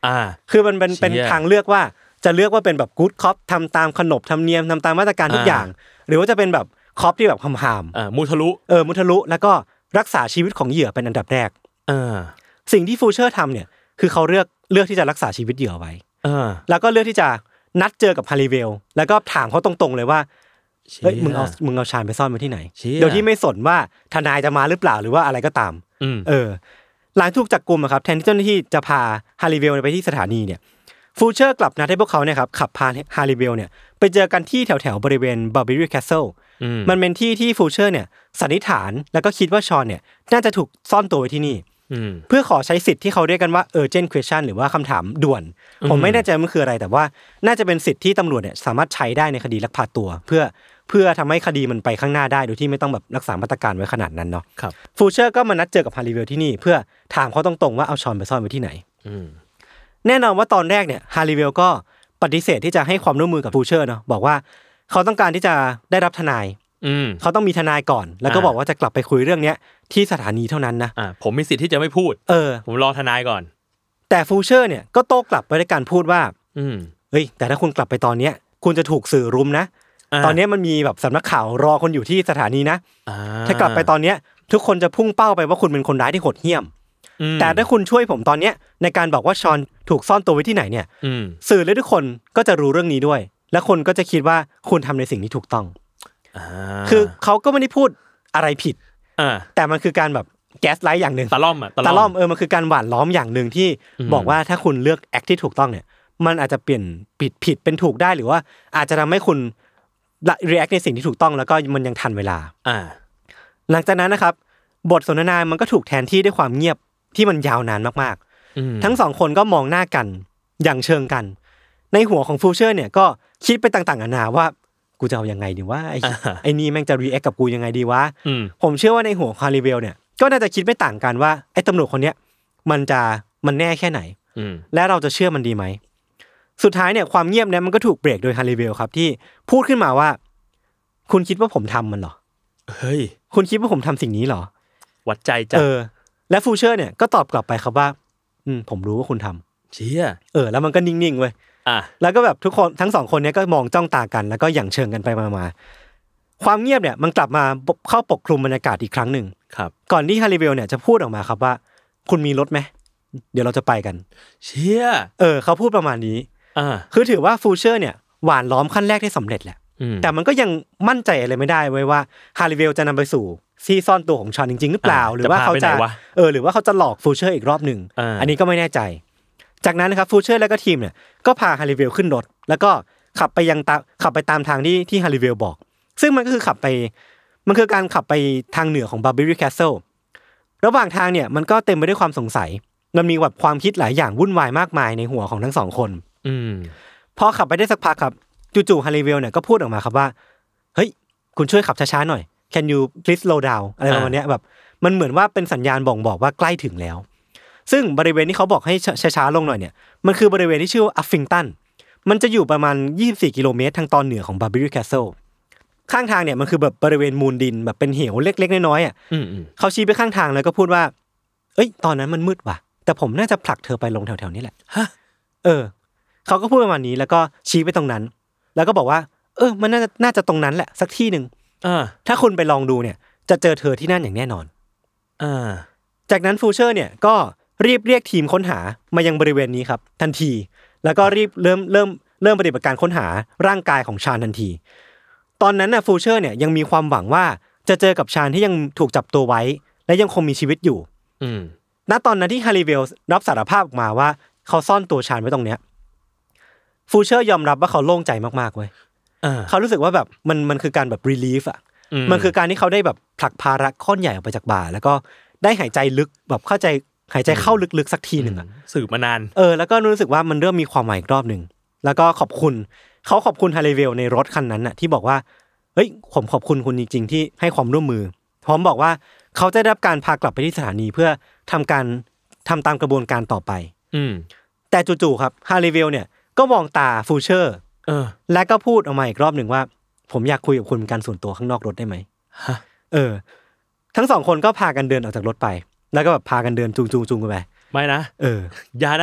คือมันเป็นทางเลือกว่าจะเลือกว่าเป็นแบบกู๊ดคอปทำตามขนบธรรมเนียมทำตามมาตรการทุกอย่างหรือว่าจะเป็นแบบคอปที่แบบหามมุทะลุมุทะลุแล้วก็รักษาชีวิตของเหยื่อเป็นอันดับแรกสิ่งที่ฟูเชอร์ทำเนี่ยคือเขาเลือกที่จะรักษาชีวิตเหยื่อไว้แล้วก็เลือกที่จะนัดเจอกับฮาริเวลแล้วก็ถามเขาตรงๆเลยว่าเฮ้ยมึงเอาชาญไปซ่อนไว้ที่ไหนโดยที่ไม่สนว่าทนายจะมาหรือเปล่าหรือว่าอะไรก็ตามหลังถูกจับกุมอะครับแทนที่เจ้าหน้าที่จะพาฮาริเวลไปที่สถานีเนี่ยฟูเชอร์กลับนัดให้พวกเขาเนี่ยครับขับพาฮาริเวลเนี่ยไปเจอกันที่แถวๆบริเวณบาร์บิเรียแคสเซิลมันเป็นที่ที่ฟูเชอร์เนี่ยสันนิษฐานแล้วก็คิดว่าชอนเนี่ยน่าจะถูกซ่อนตัวไว้ที่นี่เพื่อขอใช้สิทธิ์ที่เขาเรียกกันว่าurgent question หรือว่าคำถามด่วนผมไม่แน่ใจมันคืออะไรแต่ว่าน่าจะเป็นสิทธิ์ที่ตำรวจเนี่ยสามารถใช้ได้ในคดีลักพาตัวเพื่อทำให้คดีมันไปข้างหน้าได้โดยที่ไม่ต้องแบบรักษามาตรการไว้ขนาดนั้นเนาะฟูเชอร์ก็มานัดเจอกับฮาริเวลที่นี่เพื่อถามเขาตรงๆว่าเอาชอนไปซ่อนไว้ที่ไหนแน่นอนว่าตอนแรกเนี่ยฮาริเวลก็ปฏิเสธที่จะให้ความร่วมมือกับฟูเชอร์เนาะบอกว่าเขาต้องการที่จะได้รับทนายเขาต้องมีทนายก่อนแล้วก็บอกว่าจะกลับไปคุยเรื่องนี้ที่สถานีเท่านั้นนะผมมีสิทธิ์ที่จะไม่พูดผมรอทนายก่อนแต่ฟูเชอร์เนี่ยก็โต้กลับไปด้วยการพูดว่าเฮ้ยแต่ถ้าคุณกลับไปตอนเนี้ยคุณจะถูกสื่อรุมนะตอนนี้มันมีแบบสำนักข่าวรอคนอยู่ที่สถานีนะถ้ากลับไปตอนเนี้ยทุกคนจะพุ่งเป้าไปว่าคุณเป็นคนร้ายที่โหดเหี้ยมแต่ถ้าคุณช่วยผมตอนเนี้ยในการบอกว่าชอนถูกซ่อนตัวไว้ที่ไหนเนี่ยสื่อและทุกคนก็จะรู้เรื่องนี้ด้วยและคนก็จะคิดว่าคุณทำในสิ่งที่ถูกต้องคือเขาก็ไม่ได้พูดอะไรผิดแต่มันคือการแบบแก๊สไลท์อย่างนึงตะล่อมมันคือการหว่านล้อมอย่างนึงที่บอกว่าถ้าคุณเลือกแอคที่ถูกต้องเนี่ยมันอาจจะเปลี่ยนผิดเป็นถูกได้หรือว่าอาจจะทำให้คุณรีแอคในสิ่งที่ถูกต้องแล้วก็มันยังทันเวลาหลังจากนั้นนะครับบทสนทนามันก็ถูกแทนที่ด้วยความเงียบที่มันยาวนานมากๆทั้งสองคนก็มองหน้ากันอย่างเชิงกันในหัวของฟูเชอร์เนี่ยก็คิดไปต่างๆนานาว่ากูจะเอายังไงดีว่าไอ้นี่แม่งจะรีแอคกับกูยังไงดีวะผมเชื่อว่าในหัวคาริเวลเนี่ยก็น่าจะคิดไม่ต่างกันว่าไอ้ตำรวจคนเนี้ยมันแน่แค่ไหนและเราจะเชื่อมันดีไหมสุดท้ายเนี่ยความเงียบเนี่ยมันก็ถูกเบรกโดยคาริเวลครับที่พูดขึ้นมาว่าคุณคิดว่าผมทำมันเหรอเฮ้ยคุณคิดว่าผมทำสิ่งนี้เหรอวัดใจจ้ะและฟูเชอร์เนี่ยก็ตอบกลับไปครับว่าผมรู้ว่าคุณทำเชี่ยแล้วมันก็นิ่งๆเว้ยแล้วก็แบบทุกคนทั้งสองคนเนี้ยก็มองจ้องตากันแล้วก็หยั่งเชิงกันไปมาความเงียบเนี่ยมันกลับมาเข้าปกคลุมบรรยากาศอีกครั้งหนึ่งก่อนที่ฮาริเวลเนี่ยจะพูดออกมาครับว่าคุณมีรถไหมเดี๋ยวเราจะไปกันเชี่ยเขาพูดประมาณนี้คือถือว่าฟูเชอร์เนี่ยหว่านล้อมขั้นแรกได้สำเร็จแหละแต่มันก็ยังมั่นใจอะไรไม่ได้ไว้ว่าฮาริเวลจะนำไปสู่ที่ซ่อนตัวของชอนจริงๆหรือเปล่าหรือว่าเขาจะหรือว่าเขาจะหลอกฟูเชอร์อีกรอบหนึ่งอันนี้ก็ไม่แน่ใจจากนั้นนะครับฟูเชอร์และก็ทีมเนี่ยก็พาฮาริเวลขึ้นรถแล้วก็ขับไปตามทางที่ฮาริเวลบอกซึ่งมันก็คือมันคือการขับไปทางเหนือของบาร์บิเรียแคสเซิลระหว่างทางเนี่ยมันก็เต็มไปด้วยความสงสัยมันมีแบบความคิดหลายอย่างวุ่นวายมากมายในหัวของทั้งสองคนพอขับไปได้สักพักครับจู่ๆฮาริเวลเนี่ยก็พูดออกมาครับว่าเฮ้ยคุณช่วยขับช้าๆหน่อย Can you please slow down อะไรประมาณนี้แบบมันเหมือนว่าเป็นสัญญาณบ่งบอกว่าใกล้ถึงแล้วซึ่งบริเวณที่เขาบอกให้ช้าๆลงหน่อยเนี่ยมันคือบริเวณที่ชื่อว่าอัฟฟิงตันมันจะอยู่ประมาณ24กิโลเมตรทางตอนเหนือของบาร์บิเรียแคสเซิลข้างทางเนี่ยมันคือแบบบริเวณมูลดินแบบเป็นเหวเล็กๆน้อยๆเขาชี้ไปข้างทางแล้วก็พูดว่าเอ้ยตอนนั้นมันมืดว่ะแต่ผมน่าจะผลักเธอไปลงแถวๆนี้แหละเขาก็พูดประมาณนี้แล้วก็ชี้ไปตรงนั้นแล้วก็บอกว่ามันน่าจะตรงนั้นแหละสักที่นึงถ้าคุณไปลองดูเนี่ยจะเจอเธอที่นั่นอย่างแน่นอนจากนั้นฟูเชอร์เนี่ยก็รีบเรียกทีมค้นหามายังบริเวณนี้ครับทันทีแล้วก็รีบเริ่มปฏิบัติการค้นหาร่างกายของชาญทันทีตอนนั้นน่ะฟูเชอร์เนี่ยยังมีความหวังว่าจะเจอกับชาญที่ยังถูกจับตัวไว้และยังคงมีชีวิตอยู่ณตอนนั้นที่ฮาริเวลรับสารภาพออกมาว่าเขาซ่อนตัวชาญไว้ตรงเนี้ยฟูเชอร์ยอมรับว่าเขาโล่งใจมากๆเว้ยเขารู้สึกว่าแบบมันคือการแบบรีลีฟอ่ะมันคือการที่เขาได้แบบผลักภาระก้อนใหญ่ออกไปจากบ่าแล้วก็ได้หายใจลึกแบบหายใจเข้าลึกๆสักทีนึงอ่ะสืบมานานแล้วก็รู้สึกว่ามันเริ่มมีความหมายอีกรอบนึงแล้วก็ขอบคุณฮาริเวลในรถคันนั้นน่ะที่บอกว่าเฮ้ยผมขอบคุณคุณจริงๆที่ให้ความร่วมมือพร้อมบอกว่าเขาจะได้รับการพากลับไปที่สถานีเพื่อทำตามกระบวนการต่อไปแต่จู่ๆครับฮาริเวลเนี่ยก็มองตาฟูเชอร์และก็พูดออกมาอีกรอบหนึ่งว่าผมอยากคุยกับคุณเป็นการส่วนตัวข้างนอกรถได้ไหมทั้งสองคนก็พากันเดินออกจากรถไปแล้วก็แบบพากันเดินจูงกันไปไม่นะอย่านะ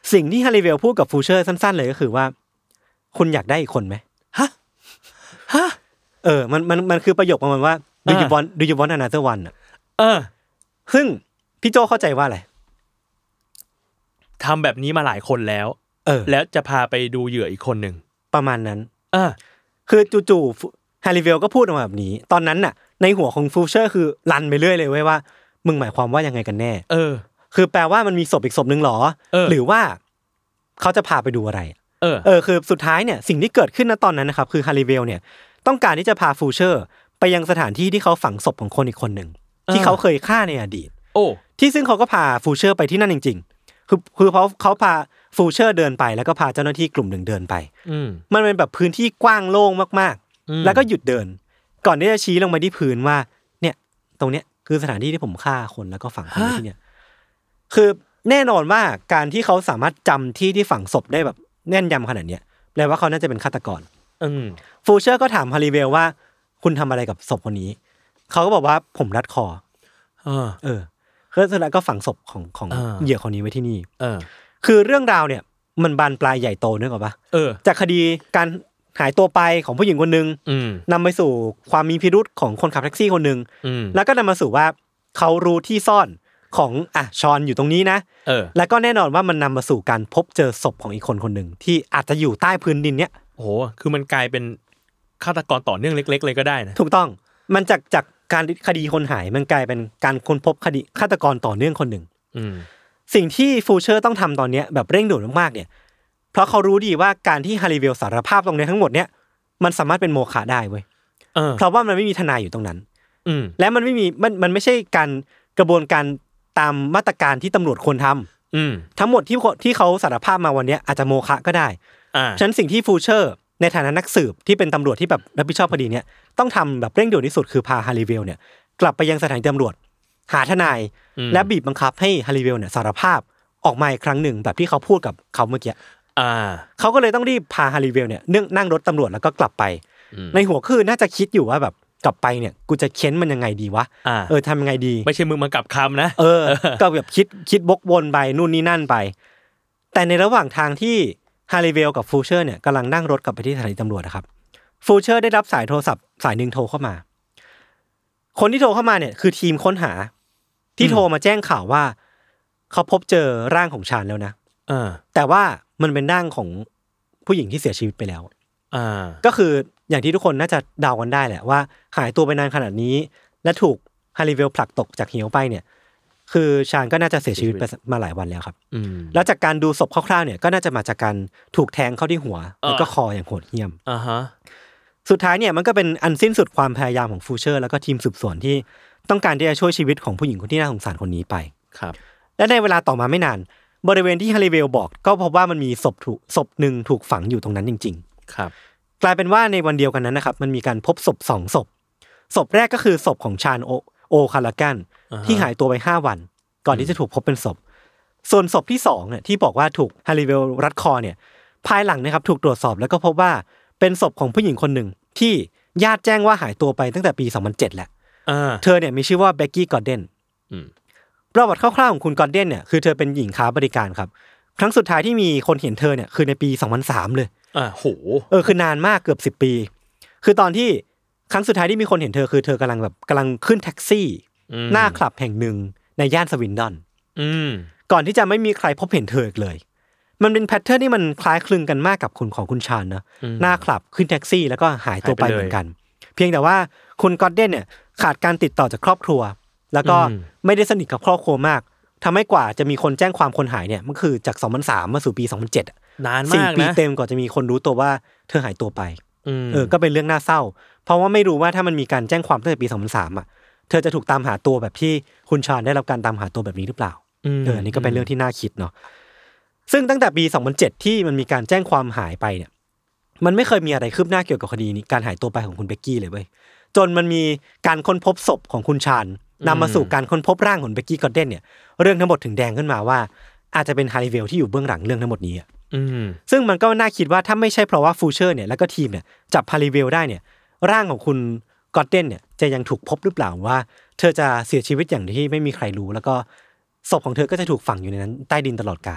สิ่งที่ฮาริเวลพูดกับฟูเชอร์สั้นๆเลยก็คือว่าคุณอยากได้อีกคนไหมฮะมันคือประโยคประมาณว่า do you want another one อ่ะซึ่งพี่โจเข้าใจว่าอะไรทำแบบนี้มาหลายคนแล้วแล้วจะพาไปดูเหยื่ออีกคนหนึ่งประมาณนั้นคือจู่ๆฮาริเวลก็พูดออกมาแบบนี้ตอนนั้นน่ะในหัวของฟูเชอร์คือรันไปเรื่อยเลยเว้ยว่ามึงหมายความว่ายังไงกันแน่คือแปลว่ามันมีศพอีกศพนึงหรอหรือว่าเขาจะพาไปดูอะไรคือสุดท้ายเนี่ยสิ่งที่เกิดขึ้นณตอนนั้นนะครับคือฮาริเวลเนี่ยต้องการที่จะพาฟูเชอร์ไปยังสถานที่ที่เขาฝังศพของคนอีกคนหนึ่งที่เขาเคยฆ่าในอดีตที่ซึ่งเขาก็พาฟูเชอร์ไปที่นั่นจริงๆคือเขาพาฟูเชอร์เดินไปแล้วก็พาเจ้าหน้าที่กลุ่มหนึ่งเดินไปมันเป็นแบบพื้นที่กว้างโล่งมากๆแล้วก็หยุดเดินก่อนที่จะชี้ลงมาที่พื้นว่าเนี่ยตรงเนี้ยคือสถานที่ที่ผมฆ่าคนแล้วก็ฝังคนที่เนี่ยคือแน่นอนว่าการที่เขาสามารถจำที่ฝังศพได้แบบแน่นยำขนาดเนี้ยแปลว่าเขาน่าจะเป็นฆาตกรฟูเชอร์ก็ถามฮาริเวลว่าคุณทำอะไรกับศพคนนี้เขาก็บอกว่าผมรัดคอคือสุดท้ายก็ฝังศพของเหยื่อคนนี้ไว้ที่นี่คือเรื่องราวเนี่ยมันบานปลายใหญ่โตนึกออกปะจากคดีการหายตัวไปของผู้หญิงคนนึงนำไปสู่ความมีพิรุธของคนขับแท็กซี่คนนึงแล้วก็นำมาสู่ว่าเขารู้ที่ซ่อนของชอนอยู่ตรงนี้นะแล้วก็แน่นอนว่ามันนำมาสู่การพบเจอศพของอีกคนนึงที่อาจจะอยู่ใต้พื้นดินเนี้ยโอ้โหคือมันกลายเป็นฆาตกรต่อเนื่องเล็กๆเลยก็ได้นะถูกต้องมันจากการคดีคนหายมันกลายเป็นการค้นพบคดีฆาตกรต่อเนื่องคนหนึ่งสิ่งที่ฟูเชอร์ต้องทำตอนนี้แบบเร่งด่วนมากๆเนี่ยเพราะเขารู้ดีว่าการที่ฮาริเวลสารภาพตรงนี้ทั้งหมดเนี่ยมันสามารถเป็นโมฆะได้เว้ยเพราะว่ามันไม่มีทนายอยู่ตรงนั้นและมันไม่มีมันไม่ใช่การกระบวนการตามมาตรการที่ตำรวจควรทำทั้งหมดที่เขาสารภาพมาวันนี้อาจจะโมฆะก็ได้ฉะนั้นสิ่งที่ฟูเชอร์ในฐานะนักสืบที่เป็นตำรวจที่แบบรับผิดชอบคดีเนี้ยต้องทำแบบเร่งด่วนที่สุดคือพาฮาริเวลเนี่ยกลับไปยังสถานีตำรวจหาทนายและบีบบังคับให้ฮาริเวลเนี่ยสารภาพออกมาอีกครั้งหนึ่งแบบที่เขาพูดกับเขาเมื่อกี้เขาก็เลยต้องรีบพาฮาริเวลเนี่ยนั่งรถตำรวจแล้วก็กลับไปในหัวคือน่าจะคิดอยู่ว่าแบบกลับไปเนี่ยกูจะเค้นมันยังไงดีวะทำยังไงดีไม่ใช่มึงมากลับคำนะก็แบบคิดบกวนไปนู่นนี่นั่นไปแต่ในระหว่างทางที่ฮาริเวลกับฟูเชอร์เนี่ยกำลังนั่งรถกลับไปที่สถานีตำรวจนะครับฟูเชอร์ได้รับสายโทรศัพท์สายนึงโทรเข้ามาคนที่โทรเข้ามาเนี่ยคือทีมค้นหาที่โทรมาแจ้งข่าวว่าเขาพบเจอร่างของชานแล้วนะแต่ว่ามันเป็นร่างของผู้หญิงที่เสียชีวิตไปแล้วก็คืออย่างที่ทุกคนน่าจะเดากันได้แหละว่าหายตัวไปนานขนาดนี้และถูกฮาริเวลผลักตกจากเหวไปเนี่ยคือชานก็น่าจะเสียชีวิตไปมาหลายวันแล้วครับแล้วจากการดูศพคร่าวๆเนี่ยก็น่าจะมาจากการถูกแทงเข้าที่หัวแล้วก็คออย่างโหดเหี้ยมสุดท้ายเนี่ยมันก็เป็นอันสิ้นสุดความพยายามของฟูเชอร์แล้วก็ทีมสืบสวนที่ต้องการที่จะช่วยชีวิตของผู้หญิงคนที่น่าสงสารคนนี้ไปครับและในเวลาต่อมาไม่นานบริเวณที่ฮาริเวลบอกก็พบว่ามันมีศพนึงถูกฝังอยู่ตรงนั้นจริงๆครับกลายเป็นว่าในวันเดียวกันนั้นนะครับมันมีการพบศพ2ศพแรกก็คือศพของชานโอคารากันที่หายตัวไป5วันก่อนที่จะถูกพบเป็นศพส่วนศพที่2เนี่ยที่บอกว่าถูกฮาริเวลรัดคอเนี่ยภายหลังนะครับถูกตรวจสอบแล้วก็พบว่าเป็นศพของผู้หญิงคนหนึ่งที่ญาติแจ้งว่าหายตัวไปตั้งแต่ปี2007แหละเธอเนี่ยมีชื่อว่าเบกกี้กอร์เดนประวัติคร่าวๆของคุณกอร์เดนเนี่ยคือเธอเป็นหญิงค้าบริการครับครั้งสุดท้ายที่มีคนเห็นเธอเนี่ยคือในปี2003เลยโหคือนานมากเกือบ10ปีคือตอนที่ครั้งสุดท้ายที่มีคนเห็นเธอคือเธอกำลังขึ้นแท็กซี่หน้าคลับแห่งหนึ่งในย่านสวินดอนก่อนที่จะไม่มีใครพบเห็นเธออีกเลยมันเป็นแพทเทิร์นที่มันคล้ายคลึงกันมากกับของคุณชานนะหน้าคลับขึ้นแท็กซี่แล้วก็หายตัวไปเหมือนกันเพียงแต่ว่าคุณกอร์เดนเนี่ยขาดการติดต่อจากครอบครัวแล้วก็ไม่ได้สนิทกับครอบครัวมากทำให้กว่าจะมีคนแจ้งความคนหายเนี่ยมันคือจาก2003มาสู่ปี2007 นานมากนะ 4 ปีเต็มกว่าจะมีคนรู้ตัวว่าเธอหายตัวไปก็เป็นเรื่องน่าเศร้าเพราะว่าไม่รู้ว่าถ้ามันมีการแจ้งความตั้งแต่ปี2003อ่ะเธอจะถูกตามหาตัวแบบที่คุณชานได้รับการตามหาตัวแบบนี้หรือเปล่าอันนี้ก็เป็นเรื่องที่น่าคิดเนาะซึ่งตั้งแต่ปี2007ที่มันมีการแจ้งความหายไปเนี่ยมันไม่เคยมีอะไรคืบหน้าเกี่ยวกับคดีนี้การหายตัวไปของคุณเบกกี้เลยเว้ยจนมันมีการค้นพบศพของคุณชานนำมาสู่การค้นพบร่างของเบกกี้กอร์เดนเนี่ยเรื่องทั้งหมดถึงแดงขึ้นมาว่าอาจจะเป็นฮาริเวลที่อยู่เบื้องหลังเรื่องทั้งหมดนี้ซึ่งมันก็น่าคิดว่าถ้าไม่ใช่เพราะว่าฟูเชอร์เนี่ยแล้วก็ทีมเนี่ยจับฮาริเวลได้เนี่ยร่างของคุณกอร์เดนเนี่ยจะยังถูกพบหรือเปล่าว่าเธอจะเสียชีวิตอย่างที่ไม่มีใครรู้แล้วก็ศพของเธอก็จะถูกฝังอยู่ในนั้นใต้ดินตลอดกาล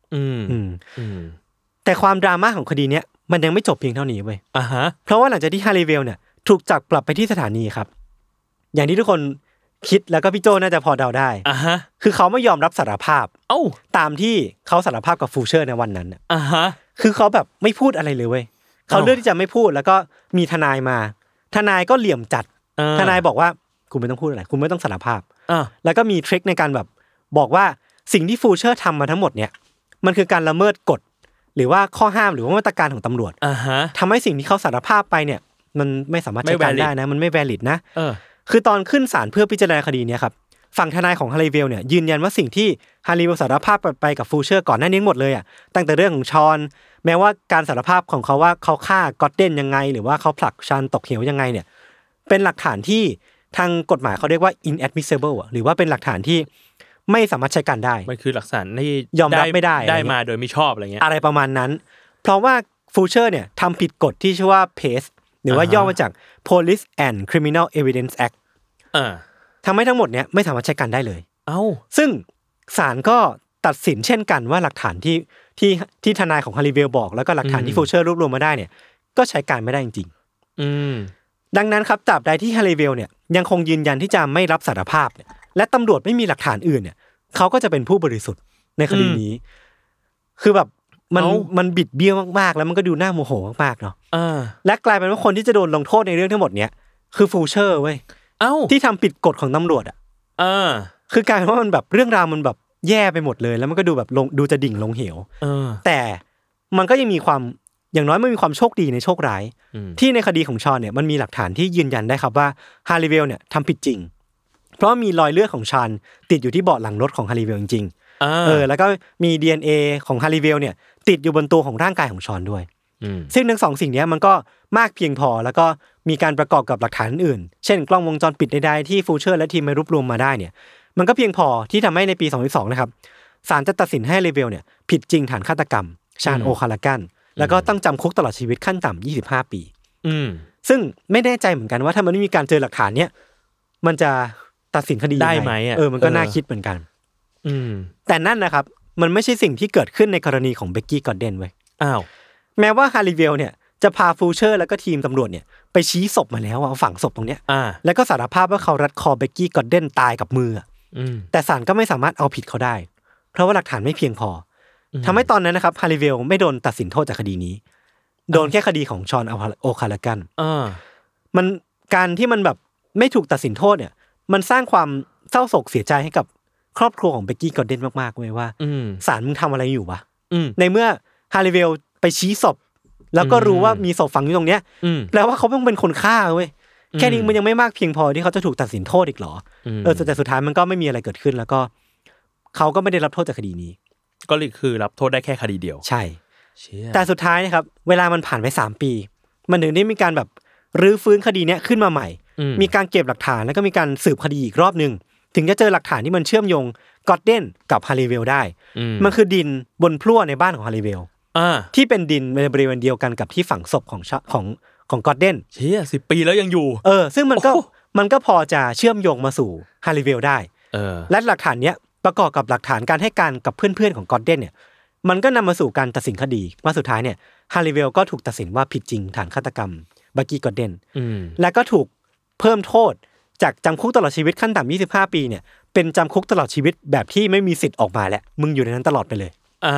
แต่ความดราม่าของคดีเนี้ยมันยังไม่จบเพียงเท่านี้เว้ยเพราะว่าหลังจากที่ฮาริเวลเนี่ยถูกจับกลับไปที่สถานีครับอย่างที่ทุกคนคิดแล้วก็พี่โจน่าจะพอเดาได้คือเขาไม่ยอมรับสารภาพตามที่เขาสารภาพกับฟูเชอร์ในวันนั้นคือเขาแบบไม่พูดอะไรเลยเว้ยเขาเลือกที่จะไม่พูดแล้วก็มีทนายมาทนายก็เหลี่ยมจัดทนายบอกว่าคุณไม่ต้องพูดอะไรคุณไม่ต้องสารภาพแล้วก็มีทริคในการแบบบอกว่าสิ่งที่ฟูเชอร์ทำมาทั้งหมดเนี่ยมันคือการละเมิดกฎหรือว่าข้อห้ามหรือว่ามาตรการของตำรวจทำให้สิ่งที่เขาสารภาพไปเนี่ยมันไม่สามารถใช้การได้นะมันไม่ valid นะคือตอนขึ้นศาลเพื่อพิจารณาคดีนี้ครับฝั่งทนายของฮาริเวลเนี่ยยืนยันว่าสิ่งที่ฮาริเวลสารภาพไปกับฟูเชอร์ก่อนหน้านี้หมดเลยอ่ะตั้งแต่เรื่องของชอนแม้ว่าการสารภาพของเขาว่าเขาฆ่าก็อดเดนยังไงหรือว่าเขาผลักชอนตกเหวยังไงเนี่ยเป็นหลักฐานที่ทางกฎหมายเขาเรียกว่า inadmissible หรือว่าเป็นหลักฐานที่ไม่สามารถใช้การได้มันคือหลักฐานที่ยอมรับไม่ได้มาโดยไม่ชอบอะไรเงี้ยอะไรประมาณนั้นเพราะว่าฟูเชอร์เนี่ยทำผิดกฎที่ชื่อว่า PACE หรือว่าย่อมาจาก Police and Criminal Evidence Act ทำให้ทั้งหมดเนี้ยไม่สามารถใช้การได้เลยซึ่งศาลก็ตัดสินเช่นกันว่าหลักฐานที่ทนายของฮาริเวลบอกแล้วก็หลักฐานที่ฟูเชอร์รวบรวมมาได้เนี่ยก็ใช้การไม่ได้จริงๆดังนั้นครับตราบใดที่ฮาริเวลเนี่ยยังคงยืนยันที่จะไม่รับสารภาพเนี่ยและตำรวจไม่มีหลักฐานอื่นเนี่ยเขาก็จะเป็นผู้บริสุทธิ์ในคดีนี้คือแบบมันบิดเบี้ยวมากๆแล้วมันก็ดูน่าโมโหมากๆเนาะและกลายเป็นว่าคนที่จะโดนลงโทษในเรื่องทั้งหมดเนี้ยคือฟูเชอร์เว้ยที่ทำผิดกฎของตำรวจอ่ะคือกลายเป็นว่ามันแบบเรื่องราวมันแบบแย่ไปหมดเลยแล้วมันก็ดูแบบดูจะดิ่งลงเหวแต่มันก็ยังมีความอย่างน้อยมันมีความโชคดีในโชคร้ายที่ในคดีของชอนเนี่ยมันมีหลักฐานที่ยืนยันได้ครับว่าฮาริเวลเนี่ยทำผิดจริงเพราะมีรอยเลือดของชอนติดอยู่ที่เบาะหลังรถของฮาริเวลจริงๆแล้วก็มี DNA ของฮาริเวลเนี่ยติดอยู่บนตัวของร่างกายของชอนด้วยซึ่งทั้งสองสิ่งนี้มันก็มากเพียงพอแล้วก็มีการประกอบกับหลักฐานอื่นเช่นกล้องวงจรปิดใดๆที่ฟูเชอร์และทีมรวบรวมมาได้เนี่ยมันก็เพียงพอที่ทำให้ในปี2022นะครับศาลจะตัดสินให้เลเวลเนี่ยผิดจริงฐานฆาตกรรมชาญโอคาลากันแล้วก็ต้องจำคุกตลอดชีวิตขั้นต่ำ25 ปีซึ่งไม่แน่ใจเหมือนกันว่าถ้ามันไม่มีการเจอหลักฐานเนี่ยมันจะตัดสินคดีได้ไหมมันก็น่าคิดเหมือนกันแต่นั่นนะครับมันไม่ใช่สิ่งที่เกิดขึ้นในกรณีของเบกกี้กอร์เดนไว้แม้ว่าฮาริเวลเนี่ยจะพาฟูเชอร์แล้วก็ทีมตำรวจเนี่ยไปชี้ศพมาแล้วเอาฝังศพตรงเนี้ยแล้วก็สารภาพว่าเขารัดคอเบกกี้กอร์เดนตายกับมือแต่ศาลก็ไม่สามารถเอาผิดเขาได้เพราะว่าหลักฐานไม่เพียงพอทำให้ตอนนั้นนะครับฮาริเวลไม่โดนตัดสินโทษจากคดีนี้โดนแค่คดีของชอนโอคาลากันมันการที่มันแบบไม่ถูกตัดสินโทษเนี่ยมันสร้างความเศร้าโศกเสียใจให้กับครอบครัวของเบกกี้กอร์เดนมากๆเลยว่าศาลมึงทำอะไรอยู่วะในเมื่อฮาริเวลไปชี้ศพแล้วก็รู้ว่ามีศพฝังอยู่ตรงเนี้ยแปลว่าเขาต้องเป็นคนฆ่าเว้ยแค่นี้มันยังไม่มากเพียงพอที่เขาจะถูกตัดสินโทษอีกหรอแต่สุดท้ายมันก็ไม่มีอะไรเกิดขึ้นแล้วก็เขาก็ไม่ได้รับโทษจากคดีนี้ก็คือรับโทษได้แค่คดีเดียวใช่แต่สุดท้ายนะครับเวลามันผ่านไป3 ปีมันถึงได้มีการแบบรื้อฟื้นคดีเนี้ยขึ้นมาใหม่มีการเก็บหลักฐานแล้วก็มีการสืบคดีอีกรอบนึงถึงจะเจอหลักฐานที่มันเชื่อมโยงกอร์เดนกับฮาริเวลได้มันคือดินบนพลั่วในบ้านของฮาริเวลที่เป็นดินในบริเวณเดียวกันกับที่ฝังศพของกอร์เดนเชี่ย10 ปีแล้วยังอยู่ซึ่งมันก็พอจะเชื่อมโยงมาสู่ฮาริเวลได้และหลักฐานเนี้ยประกอบกับหลักฐานการให้การกับเพื่อนๆของกอร์เดนเนี่ยมันก็นำมาสู่การตัดสินคดีว่าสุดท้ายเนี่ยฮาริเวลก็ถูกตัดสินว่าผิดจริงฐานฆาตกรรมเบกกี้กอร์เดนและก็ถูกเพิ่มโทษจากจำคุกตลอดชีวิตขั้นต่ำ25 ปีเนี่ยเป็นจำคุกตลอดชีวิตแบบที่ไม่มีสิทธิ์ออกมาแล้วมึงอยู่ในนั้นตลอดไปเลย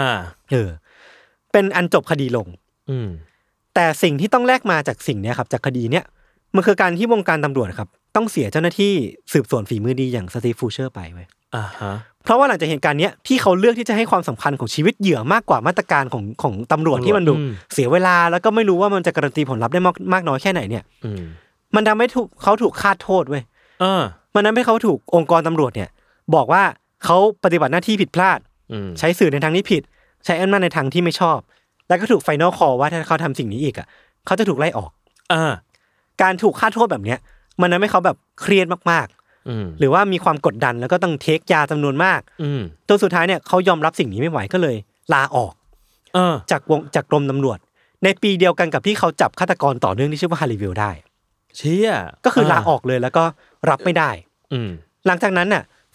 เป็นอันจบคดีลงแต่สิ่งที่ต้องแลกมาจากสิ่งนี้ครับจากคดีเนี้ยมันคือการที่วงการตำรวจครับต้องเสียเจ้าหน้าที่สืบสวนฝีมือดีอย่างสตีฟฟูเชอร์ไปเว้ยเพราะว่าหลังจากเหตุการณ์เนี้ยที่เขาเลือกที่จะให้ความสำคัญของชีวิตเหยื่อมากกว่ามาตรการของตำรวจที่มันดูเสียเวลาแล้วก็ไม่รู้ว่ามันจะการันตีผลลัพธ์ได้มากน้อยแค่ไหนเนี่ยมันทำให้เขาถูกคาดโทษเว้ยมันทำให้เขาถูกองค์กรตำรวจเนี่ยบอกว่าเขาปฏิบัติหน้าที่ผิดพลาดใช้สื่อในทางที่ผิดใช้อำนาจในทางที่ไม่ชอบแล้วก็ถูกไฟนอลคอลว่าถ้าเขาทำสิ่งนี้อีกเขาจะถูกไล่ออกการถูกคาดโทษแบบเนี้ยมันทำให้เขาแบบเครียดมากๆหรือว่ามีความกดดันแล้วก็ต้องเทคยาจำนวนมากจนสุดท้ายเนี่ยเขายอมรับสิ่งนี้ไม่ไหวก็เลยลาออกจากกรมตำรวจในปีเดียวกันกับที่เขาจับฆาตกรต่อเนื่องที่ชื่อว่าฮาริเวลได้เชี่ยก็คือลาออกเลยแล้วก็รับไม่ได้หลังจากนั้นน่ะ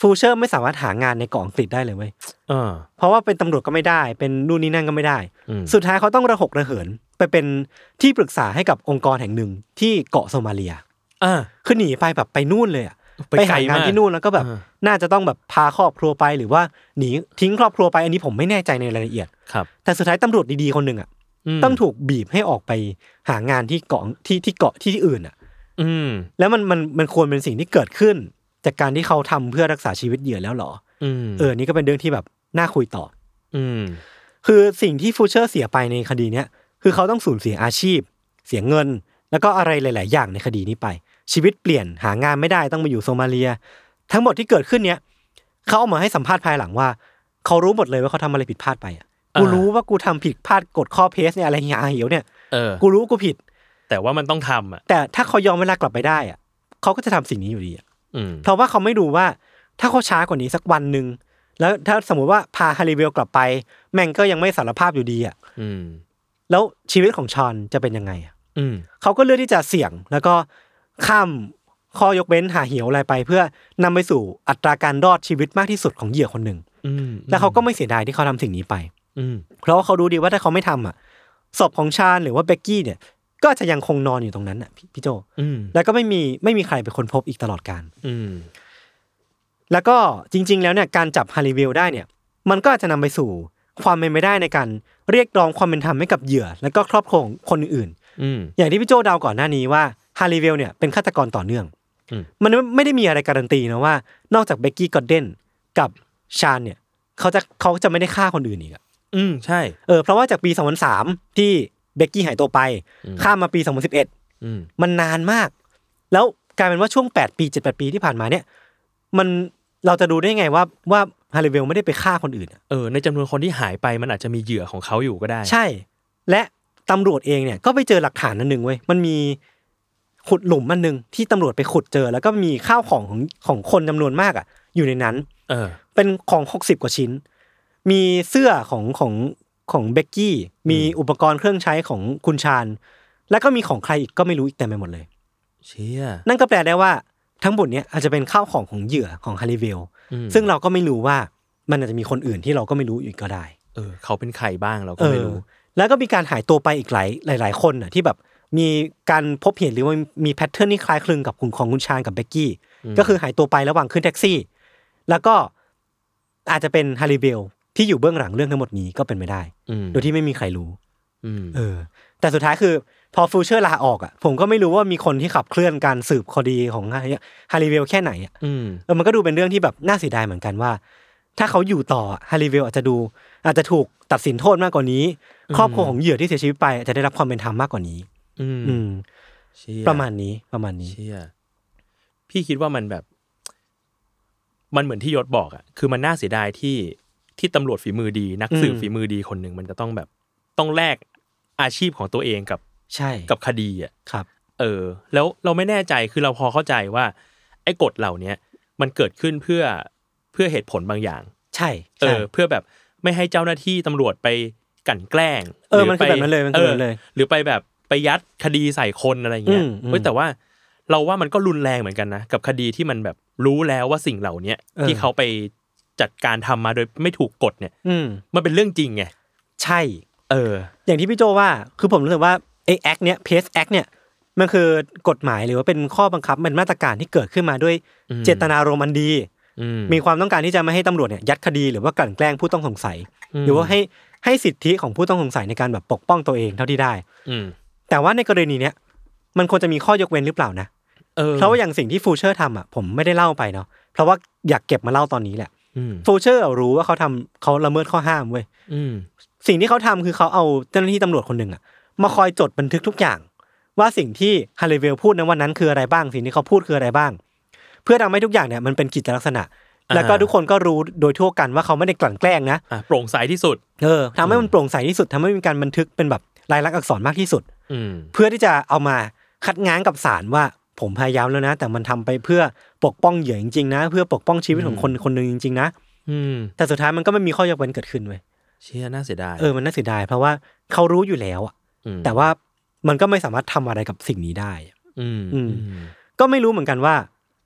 ฟูเชอร์ไม่สามารถหางานในเกาะอังกฤษได้เลยเว้ยเพราะว่าเป็นตำรวจก็ไม่ได้เป็นนู่นนี่นั่นก็ไม่ได้สุดท้ายเขาต้องระหกระเหินไปเป็นที่ปรึกษาให้กับองค์กรแห่งหนึ่งที่เกาะโซมาเลียคือหนีไปแบบไปนู่นเลยอ่ะไปหางานที่นู่นแล้วก็แบบน่าจะต้องแบบพาครอบครัวไปหรือว่าหนีทิ้งครอบครัวไปอันนี้ผมไม่แน่ใจในรายละเอียดแต่สุดท้ายตำรวจดีๆคนหนึ่งอ่ะต้องถูกบีบให้ออกไปหางานที่เกาะที่อื่นอ่ะแล้วมันควรเป็นสิ่งที่เกิดขึ้นจากการที่เขาทำเพื่อรักษาชีวิตเหยื่อแล้วหรอนี่ก็เป็นเรื่องที่แบบน่าคุยต่อคือสิ่งที่ฟูเชอร์เสียไปในคดีเนี้ยคือเขาต้องสูญเสียอาชีพเสียเงินแล้วก็อะไรหลายๆอย่างในคดีนี้ไปชีวิตเปลี่ยนหางานไม่ได้ต้องมาอยู่โซมาเลียทั้งหมดที่เกิดขึ้นเนี้ยเขาเอามาให้สัมภาษณ์ภายหลังว่าเขารู้หมดเลยว่าเขาทำอะไรผิดพลาดไปกูรู้ว่ากูทำผิดพลาดกดข้อเพสเนี่ยอะไรเงี้ยเหี่ยวเนี่ยกูรู้กูผิดแต่ว่ามันต้องทำแต่ถ้าเขายอมเวลากลับไปได้เขาก็จะทำสิ่งนี้อยู่ดีเพราะว่าเขาไม่รู้ว่าถ้าเขาช้ากว่านี้สักวันนึงแล้วถ้าสมมุติว่าพาฮาริเวลกลับไปแม่งก็ยังไม่สารภาพอยู่ดีแล้วชีวิตของชอนจะเป็นยังไงเขาก็เลือกที่จะเสี่ยงแล้วก็ข้ามข้อยกเว้นหาเหวอะไรไปเพื่อนำไปสู่อัตราการรอดชีวิตมากที่สุดของเหยื่อคนหนึ่งแล้วเขาก็ไม่เสียดายที่เขาทำสิ่งนี้ไปเพราะว่าเขารู้ดีว่าถ้าเขาไม่ทำศพของชาญหรือว่าเบกกี้เนี่ยก็จะยังคงนอนอยู่ตรงนั้นพี่โจแล้วก็ไม่มีใครเป็นคนพบอีกตลอดกาลแล้วก็จริงๆแล้วเนี่ยการจับฮาริเวลได้เนี่ยมันก็จะนำไปสู่ความเป็นไปได้ในการเรียกร้องความเป็นธรรมให้กับเหยื่อแล้วก็ครอบครัวของคนอื่นๆอย่างที่พี่โจเดาก่อนหน้านี้ว่าฮาริเวลเนี่ยเป็นฆาตกรต่อเนื่องมันไม่ได้มีอะไรการันตีนะว่านอกจากเบกกี้กอดเดนกับชาญเนี่ยเขาจะไม่ได้ฆ่าคนอื่นอีกใช่เพราะว่าจากปี2003ที่เบกกี้หายตัวไปข้ามมาปี2011มันนานมากแล้วกลายเป็นว่าช่วง8ปี7-8ปีที่ผ่านมาเนี่ยมันเราจะดูได้ไงว่าฮาริเวลไม่ได้ไปฆ่าคนอื่นในจำนวนคนที่หายไปมันอาจจะมีเหยื่อของเขาอยู่ก็ได้ใช่และตำรวจเองเนี่ยก็ไปเจอหลักฐานอันนึงเว้ยมันมีขุดหลุมอันนึงที่ตำรวจไปขุดเจอแล้วก็มีข้าวของคนจำนวนมากอยู่ในนั้นเป็นของ60กว่าชิ้นมีเสื้อของเบกกี้มีอุปกรณ์เครื่องใช้ของคุณชาญแล้วก็มีของใครอีกก็ไม่รู้อีกเต็มไปหมดเลยเชี่ยนั่นก็แปลได้ว่าทั้งหมดเนี้ยอาจจะเป็นข้าวของเหยื่อของฮาริเวลซึ่งเราก็ไม่รู้ว่ามันอาจจะมีคนอื่นที่เราก็ไม่รู้อีกก็ได้เขาเป็นใครบ้างเราก็ไม่รู้แล้วก็มีการหายตัวไปอีกหลายคนที่แบบมีการพบเห็นหรือว่ามีแพทเทิร์นที่คล้ายคลึงกับของคุณชาญกับเบกกี้ก็คือหายตัวไประหว่างขึ้นแท็กซี่แล้วก็อาจจะเป็นฮาริเวลที่อยู่เบื้องหลังเรื่องทั้งหมดนี้ก็เป็นไม่ได้โดยที่ไม่มีใครรู้แต่สุดท้ายคือพอฟูเชอร์ลาออกผมก็ไม่รู้ว่ามีคนที่ขับเคลื่อนการสืบคดีของฮาริเวลแค่ไหนมันก็ดูเป็นเรื่องที่แบบน่าเสียดายเหมือนกันว่าถ้าเขาอยู่ต่อฮาริเวลอาจจะถูกตัดสินโทษมากกว่านี้ครอบครัวของเหยื่อที่เสียชีวิตไปจะได้รับความเป็นธรรมมากกว่านี้ประมาณนี้พี่คิดว่ามันแบบมันเหมือนที่ยศบอกคือมันน่าเสียดายที่ตำรวจฝีมือดีนักสืบฝีมือดีคนหนึ่งมันจะต้องแบบต้องแลกอาชีพของตัวเองกับคดีครับแล้วเราไม่แน่ใจคือเราพอเข้าใจว่าไอ้กฎเหล่านี้มันเกิดขึ้นเพื่อเหตุผลบางอย่างใช่เพื่อแบบไม่ให้เจ้าหน้าที่ตำรวจไปกั่นแกล้งมันคือแบบนั้นเลยมันคือเลยหรือไปแบบไปยัดคดีใส่คนอะไรอย่างเงี้ยแต่ว่าเราว่ามันก็รุนแรงเหมือนกันนะกับคดีที่มันแบบรู้แล้วว่าสิ่งเหล่านี้ที่เขาไปจัดการทำมาโดยไม่ถูกกฎเนี่ยมันเป็นเรื่องจริงไงใช่อย่างที่พี่โจว่าคือผมรู้สึกว่าไอ้แอคเนี้ยเพสแอคเนี่ยมันคือกฎหมายหรือว่าเป็นข้อบังคับเป็นมาตรการที่เกิดขึ้นมาด้วยเจตนารมณ์อันดีมีความต้องการที่จะไม่ให้ตำรวจเนี่ยยัดคดีหรือว่ากลั่นแกล้งผู้ต้องสงสัยหรือว่าให้สิทธิของผู้ต้องสงสัยในการแบบปกป้องตัวเองเท่าที่ได้แต่ว่าในกรณีเนี้ยมันควรจะมีข้อยกเว้นหรือเปล่านะเพราะว่าอย่างสิ่งที่ฟูเชอร์ทำผมไม่ได้เล่าไปเนาะเพราะว่าอยากเก็บมาเล่าตอนนี้แหละฟูเชอร์รู้ว่าเขาละเมิดข้อห้ามเว้ยสิ่งที่เขาทำคือเขาเอาเจ้าหน้าที่ตำรวจคนหนึ่งมาคอยจดบันทึกทุกอย่างว่าสิ่งที่ฮาริเวลพูดในวันนั้นคืออะไรบ้างสิ่งที่เขาพูดคืออะไรบ้างเพื่อทำให้ทุกอย่างเนี่ยมันเป็นกิจลักษณะแล้วก็ทุกคนก็รู้โดยทั่วกันว่าเขาไม่ได้กลั่นแกล้งนะโปร่งใสที่สุดทำให้มันโปร่งใสที่สุดทำให้มีการบันทึกเป็นแบบลายลักษณ์อักษรมากที่สุดเพื่อที่จะเอามาคัดง้างกับศาลว่าผมพยายามแล้วนะแต่มันทำไปเพื่อปกป้องเหยื่อจริงๆนะเพื่อปกป้องชีวิตของคนนึงจริงๆนะแต่สุดท้ายมันก็ไม่มีข้อยกเว้นเกิดขึ้นเว้ยเชี่ยน่าเสียดายมันน่าเสียดายเพราะว่าเขารู้อยู่แล้วแต่ว่ามันก็ไม่สามารถทำอะไรกับสิ่งนี้ได้ก็ไม่รู้เหมือนกันว่า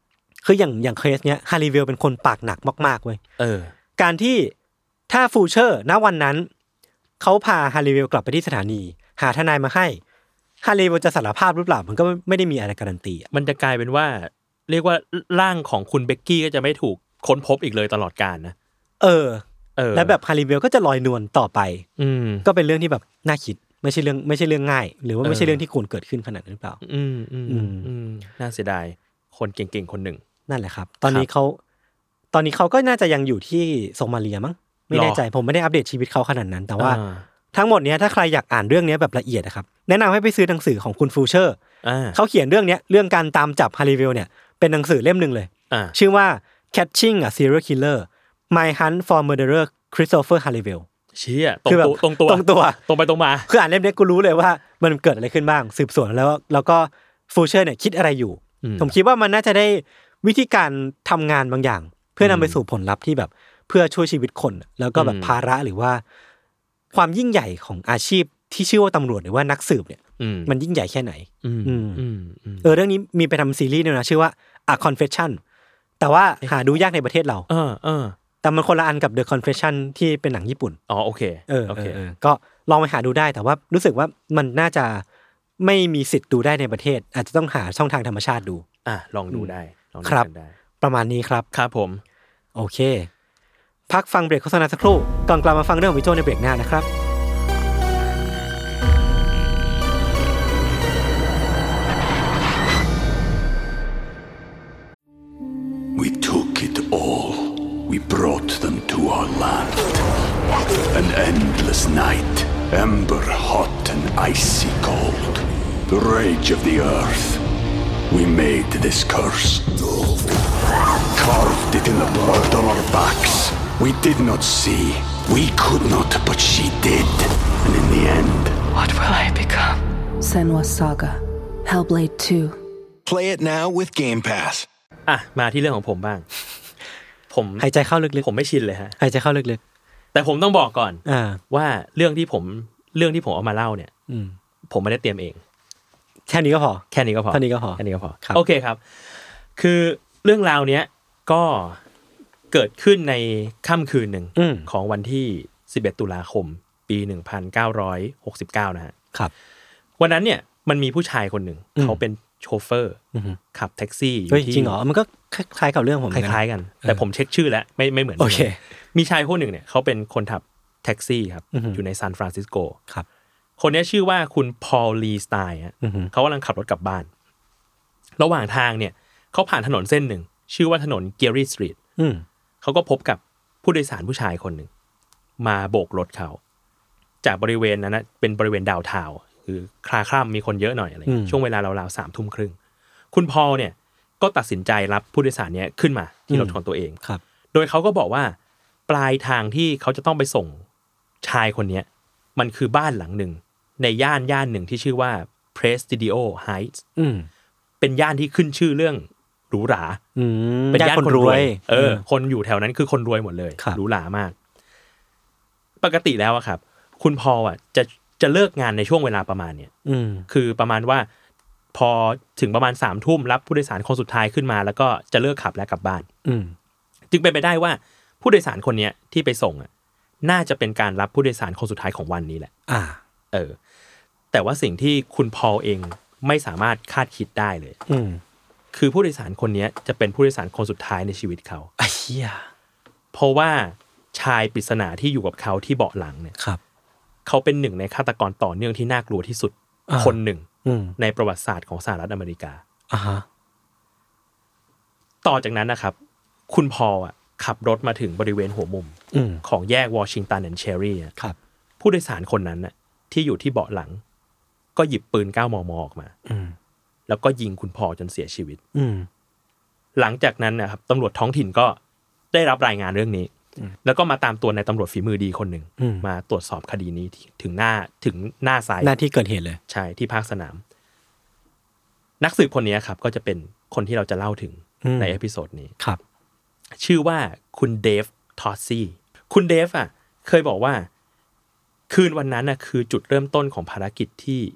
คืออย่างเคสเนี้ยฮาริเวลเป็นคนปากหนักมากๆเว้ยการที่ถ้าฟูเชอร์ณวันนั้นเขาพาฮาริเวลกลับไปที่สถานีหาทนายมาให้ฮาริเวลจะสารภาพหรือเปล่ามันก็ไม่ได้มีอะไรการันตีมันจะกลายเป็นว่าเรียกว่าร่างของคุณเบกกี้ก็จะไม่ถูกค้นพบอีกเลยตลอดกาลนะแล้วแบบฮาริเวลก็จะลอยนวลต่อไปก็เป็นเรื่องที่แบบน่าคิดไม่ใช่เรื่องง่ายหรือว่าไม่ใช่เรื่องที่ควรเกิดขึ้นขนาดนั้นหรือเปล่าน่าเสียดายคนเก่งๆคนหนึ่งนั่นแหละครับตอนนี้เขาก็น่าจะยังอยู่ที่โซมาเลียมั้งไม่แน่ใจผมไม่ได้อัปเดตชีวิตเขาขนาดนั้นแต่ว่าทั้งหมดเนี้ยถ้าใครอยากอ่านเรื่องนี้แบบละเอียดนะครับแนะนำให้ไปซื้อหนังสือของคุณฟูเชอร์เขาเขียนเรื่องนี้เรื่องการตามจับฮาริเวลเนี่ยเป็นหนังสือเล่มนึงเลยชื่อว่า Catching a Serial Killer My Hunt for Murderer Christopher Halliwell เชี่ยตรงตัวตรงไปตรงมาคืออ่านเล่มนี้กูรู้เลยว่ามันเกิดอะไรขึ้นบ้างสืบสวนแล้วก็ฟูเชอร์เนี่ยคิดอะไรอยู่ผมคิดว่ามันน่าจะได้วิธีการทำงานบางอย่างเพื่อนำไปสู่ผลลัพธ์ที่แบบเพื่อช่วยชีวิตคนแล้วก็แบบภาระหรือว่าความยิ่งใหญ่ของอาชีพที่ชื่อว่าตำรวจหรือว่านักสืบเนี่ยมันยิ่งใหญ่แค่ไหนเรื่องนี้มีไปทำซีรีส์ด้วยนะชื่อว่า A Confession แต่ว่าหาดูยากในประเทศเราแต่มันคนละอันกับ The Confession ที่เป็นหนังญี่ปุ่นโอเคก็ลองไปหาดูได้แต่ว่ารู้สึกว่ามันน่าจะไม่มีสิทธิ์ดูได้ในประเทศอาจจะต้องหาช่องทางธรรมชาติดูลองดูได้ครับประมาณนี้ครับครับผมโอเคพักฟังเบรกโฆษณาสักครู่ก่อนกลับมาฟังเรื่องของพี่โจในเบรกหน้านะครับ We took it all. We brought them to our land. An endless night, ember hot and icy cold. The rage of the earth. We made this curse. Carved it in the blood on our backs. We did not see. We could not, but she did. And in the end... What will I become? Senua's Saga. Hellblade 2. Play it now with Game Pass. มาที่เรื่องของผมบ้างผมหายใจเข้าลึกๆผมไม่ชินเลยฮะหายใจเข้าลึกๆแต่ผมต้องบอกก่อนว่าเรื่องที่ผมเอามาเล่าเนี่ยผมไม่ได้เตรียมเองแค่นี้ก็พอแค่นี้ก็พอโอเคครับคือเรื่องราวเนี้ยก็เกิดขึ้นในค่ำคืนหนึ่งของวันที่11ตุลาคมปี1969นะฮะครับวันนั้นเนี่ยมันมีผู้ชายคนหนึ่งเขาเป็นโชเฟอร์ขับแท็กซี่อยู่ที่จริงเหรอมันก็คล้ายๆกับเรื่องผมคล้ายๆกันแต่ผมเช็คชื่อแล้วไม่เหมือนโอเคมีชายคนหนึ่งเนี่ยเขาเป็นคนขับแท็กซี่ครับอยู่ในซานฟรานซิสโกครับคนนี้ชื่อว่าคุณพอลลีสไตน์เขากำลังขับรถกลับบ้านระหว่างทางเนี่ยเขาผ่านถนนเส้นหนึ่งชื่อว่าถนนเกียรี่สตรีทเขาก็พบกับผู้โดยสารผู้ชายคนหนึ่งมาโบกรถเขาจากบริเวณนั้นนะเป็นบริเวณดาวน์ทาวน์คือคลาคล่ำมีคนเยอะหน่อยอะไรช่วงเวลาราวๆ 21:30 น.คุณพอลเนี่ยก็ตัดสินใจรับผู้โดยสารเนี้ยขึ้นมาที่รถของตัวเองครับโดยเขาก็บอกว่าปลายทางที่เขาจะต้องไปส่งชายคนนี้มันคือบ้านหลังหนึ่งในย่านหนึ่งที่ชื่อว่า Presidio Heights เป็นย่านที่ขึ้นชื่อเรื่องหรูหราเป็นย่านคนรวยคนอยู่แถวนั้นคือคนรวยหมดเลยหรูหรามากปกติแล้วอะครับคุณพอลอะจะเลิกงานในช่วงเวลาประมาณเนี้ยคือประมาณว่าพอถึงประมาณ 3 ทุ่มรับผู้โดยสารคนสุดท้ายขึ้นมาแล้วก็จะเลิกขับแล้วกลับบ้านจึงเป็นไปได้ว่าผู้โดยสารคนนี้ที่ไปส่งอ่ะน่าจะเป็นการรับผู้โดยสารคนสุดท้ายของวันนี้แหละแต่ว่าสิ่งที่คุณพอลเองไม่สามารถคาดคิดได้เลยคือผู้โดยสารคนนี้จะเป็นผู้โดยสารคนสุดท้ายในชีวิตเขาไอ้เหี้ยเพราะว่าชายปริศนาที่อยู่กับเขาที่เบาะหลังเนี่ยเขาเป็นหนึ่งในฆาตกรต่อเนื่องที่น่ากลัวที่สุดคนหนึ่งในประวัติศาสตร์ของสหรัฐอเมริกาต่อจากนั้นนะครับคุณพอลขับรถมาถึงบริเวณหัวมุมของแยกวอชิงตันแอนด์เชอรี่ผู้โดยสารคนนั้นที่อยู่ที่เบาะหลังก็หยิบปืน 9 มม.ออกมาแล้วก็ยิงคุณพอลจนเสียชีวิตหลังจากนั้นนะครับตำรวจท้องถิ่นก็ได้รับรายงานเรื่องนี้แล้วก็มาตามตัวในตำรวจฝีมือดีคนหนึ่งมาตรวจสอบคดีนี้ถึงหน้าไซต์หน้าที่เกิดเหตุเลยใช่ที่ภาคสนามนักสืบคนนี้ครับก็จะเป็นคนที่เราจะเล่าถึงในเอพิโซดนี้ครับชื่อว่าคุณเดฟทอสซี่คุณเดฟเคยบอกว่าคืนวันนั้นคือจุดเริ่มต้นของภารกิจที่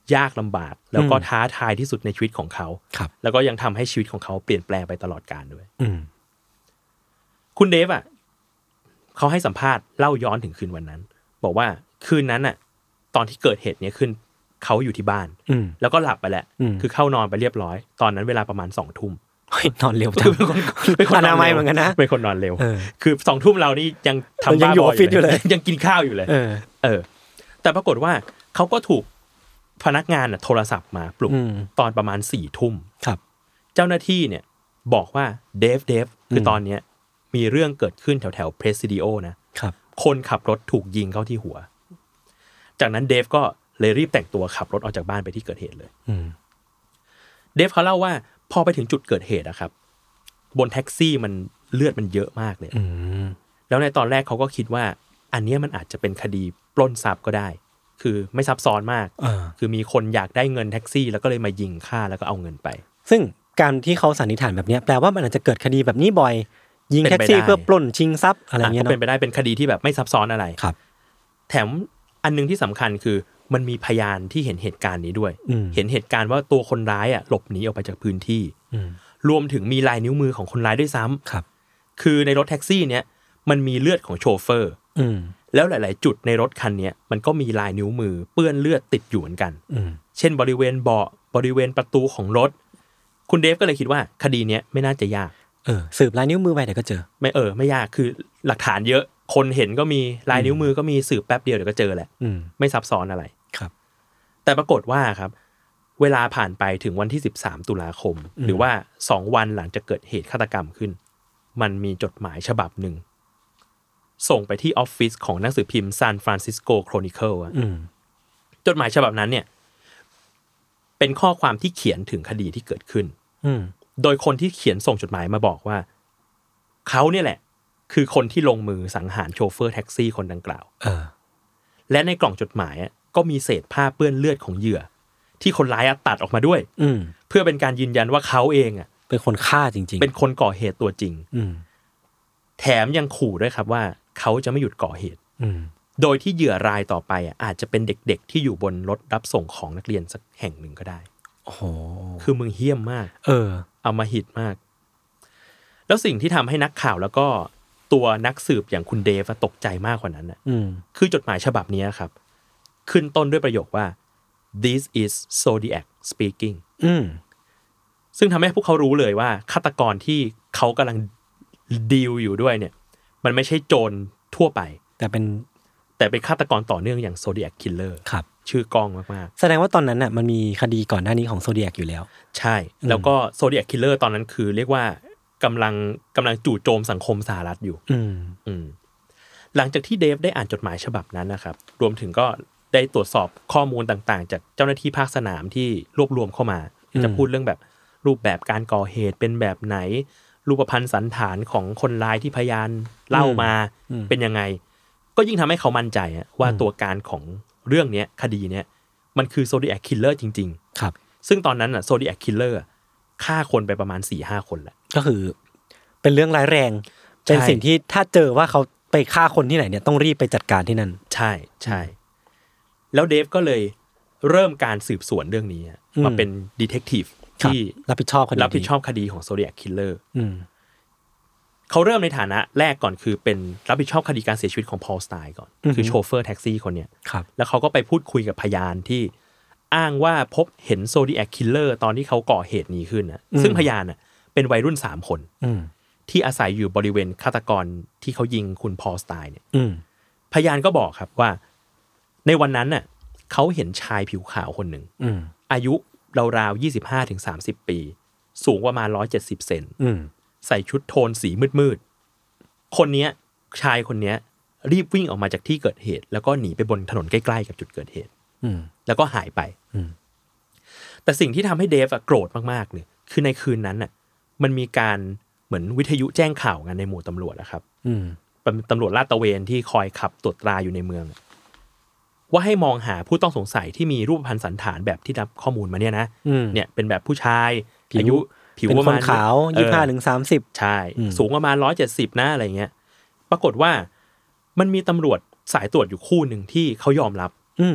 ยากลำบากแล้วก็ท้าทายที่สุดในชีวิตของเขาแล้วก็ยังทำให้ชีวิตของเขาเปลี่ยนแปลงไปตลอดกาลด้วยคุณเดฟอ่ะเขาให้สัมภาษณ์เล่าย้อนถึงคืนวันนั้นบอกว่าคืนนั้นอ่ะตอนที่เกิดเหตุนี้ขึ้นเขาอยู่ที่บ้านแล้วก็หลับไปแหละคือเข้านอนไปเรียบร้อยตอนนั้นเวลาประมาณ 20:00 นนอนเร็วจังเป็นคนอนามัยเหมือนกันนะเป็นคนนอนเร็วคือ 20:00 นเรานี่ยังทำบ้าบออยู่เลยยังกินข้าวอยู่เลยแต่ปรากฏว่าเขาก็ถูกพนักงานโทรศัพท์มาปลุกตอนประมาณ 4:00 นครับเจ้าหน้าที่เนี่ยบอกว่าเดฟคือตอนเนี้ยมีเรื่องเกิดขึ้นแถวๆเพรสิดิโอนะครับคนขับรถถูกยิงเข้าที่หัวจากนั้นเดฟก็เลยรีบแต่งตัวขับรถออกจากบ้านไปที่เกิดเหตุเลยเดฟเขาเล่าว่าพอไปถึงจุดเกิดเหตุอะครับบนแท็กซี่มันเลือดมันเยอะมากเลยแล้วในตอนแรกเขาก็คิดว่าอันนี้มันอาจจะเป็นคดีปล้นทรัพย์ก็ได้คือไม่ซับซ้อนมากคือมีคนอยากได้เงินแท็กซี่แล้วก็เลยมายิงฆ่าแล้วก็เอาเงินไปซึ่งการที่เขาสันนิษฐานแบบนี้แปลว่ามันอาจจะเกิดคดีแบบนี้บ่อยยิงแท็กซี่เพื่อปล้นชิงทรัพย์อะไรเงี้ยเนาะเป็นไปได้เป็นคดีที่แบบไม่ซับซ้อนอะไรครับแถมอันนึงที่สำคัญคือมันมีพยานที่เห็นเหตุการณ์นี้ด้วยเห็นเหตุการณ์ว่าตัวคนร้ายหลบหนีออกไปจากพื้นที่รวมถึงมีลายนิ้วมือของคนร้ายด้วยซ้ำครับคือในรถแท็กซี่เนี้ยมันมีเลือดของโชเฟอร์แล้วหลายๆจุดในรถคันนี้มันก็มีลายนิ้วมือเปื้อนเลือดติดอยู่เหมือนกันเช่นบริเวณเบาะบริเวณประตูของรถคุณเดฟก็เลยคิดว่าคดีนี้ไม่น่าจะยากสืบลายนิ้วมือไปเดี๋ยวก็เจอไม่ยากคือหลักฐานเยอะคนเห็นก็มีลายนิ้วมือก็มีสืบแป๊บเดียวเดี๋ยวก็เจอแหละไม่ซับซ้อนอะไรครับแต่ปรากฏว่าครับเวลาผ่านไปถึงวันที่13 ตุลาคมหรือว่า2 วันหลังจากเกิดเหตุฆาตกรรมขึ้นมันมีจดหมายฉบับหนึ่งส่งไปที่ออฟฟิศของหนังสือพิมพ์ San Francisco Chronicle จดหมายฉบับนั้นเนี่ยเป็นข้อความที่เขียนถึงคดีที่เกิดขึ้นโดยคนที่เขียนส่งจดหมายมาบอกว่าเขาเนี่ยแหละคือคนที่ลงมือสังหารโชเฟอร์แท็กซี่คนดังกล่าวและในกล่องจดหมายก็มีเศษผ้าเปื้อนเลือดของเหยื่อที่คนร้ายตัดออกมาด้วยเพื่อเป็นการยืนยันว่าเขาเองเป็นคนฆ่าจริงๆเป็นคนก่อเหตุตัวจริงแถมยังขู่ด้วยครับว่าเขาจะไม่หยุดก่อเหตุโดยที่เหยื่อรายต่อไปอาจจะเป็นเด็กๆที่อยู่บนรถรับส่งของนักเรียนสักแห่งหนึ่งก็ได้โอ้โหคือมึงเหี้ยมมากเอามาหิดมากแล้วสิ่งที่ทำให้นักข่าวแล้วก็ตัวนักสืบอย่างคุณเดฟตกใจมากกว่านั้นคือจดหมายฉบับนี้ครับขึ้นต้นด้วยประโยคว่า this is Zodiac speaking ซึ่งทำให้พวกเขารู้เลยว่าฆาตกรที่เขากำลังดีลอยู่ด้วยเนี่ยมันไม่ใช่โจรทั่วไปแต่เป็นฆาตกรต่อเนื่องอย่าง Zodiac Killer ครับชื่อกล้องมากๆแสดงว่าตอนนั้นมันมีคดีก่อนหน้านี้ของ Zodiac อยู่แล้วใช่แล้วก็ Zodiac Killer ตอนนั้นคือเรียกว่ากำลังจู่โจมสังคมสหรัฐอยู่หลังจากที่เดฟได้อ่านจดหมายฉบับนั้นนะครับรวมถึงก็ได้ตรวจสอบข้อมูลต่างๆจากเจ้าหน้าที่ภาคสนามที่รวบรวมเข้ามาจะพูดเรื่องแบบรูปแบบการก่อเหตุเป็นแบบไหนรูปพรรณสันฐานของคนร้ายที่พยานเล่ามาเป็นยังไงก็ยิ่งทำให้เขามั่นใจว่าตัวการของเรื่องนี้คดีนี้มันคือ Zodiac Killer จริงๆครับซึ่งตอนนั้นZodiac Killer ฆ่าคนไปประมาณ 4-5 คนแหละก็คือเป็นเรื่องร้ายแรงเป็นสิ่งที่ถ้าเจอว่าเขาไปฆ่าคนที่ไหนเนี่ยต้องรีบไปจัดการที่นั่นใช่แล้วเดฟก็เลยเริ่มการสืบสวนเรื่องนี้มาเป็นดีเทคทีฟที่รับผิดชอบคดีของ Zodiac Killer เขาเริ่มในฐานะแรกก่อนคือเป็นรับผิดชอบคดีการเสียชีวิตของพอลสไตน์ก่อนคือโชเฟอร์แท็กซี่คนเนี้ยแล้วเขาก็ไปพูดคุยกับพยานที่อ้างว่าพบเห็น Zodiac Killer ตอนที่เขาก่อเหตุนี้ขึ้นซึ่งพยานเป็นวัยรุ่น3 คนที่อาศัยอยู่บริเวณฆาตกรที่เขายิงคุณพอลสไตน์เนี่ยพยานก็บอกครับว่าในวันนั้นเขาเห็นชายผิวขาวคนหนึ่งอายุราวๆ 25-30 ปีสูงประมาณ170 เซนใส่ชุดโทนสีมืดๆคนนี้ชายคนนี้รีบวิ่งออกมาจากที่เกิดเหตุแล้วก็หนีไปบนถนนใกล้ๆกับจุดเกิดเหตุแล้วก็หายไปแต่สิ่งที่ทำให้เดฟโกรธมากๆเนี่ยคือในคืนนั้นมันมีการเหมือนวิทยุแจ้งข่าวกันในหมู่ตำรวจนะครับตำรวจลาดตระเวนที่คอยขับตรวจตราอยู่ในเมืองว่าให้มองหาผู้ต้องสงสัยที่มีรูปพรรณสันฐานแบบที่รับข้อมูลมาเนี่ยนะเนี่ยเป็นแบบผู้ชายอายุผิวประมาณขาว 25-30 ใช่สูงประมาณ170นะอะไรเงี้ยปรากฏว่ามันมีตำรวจสายตรวจอยู่คู่หนึ่งที่เขายอมรับ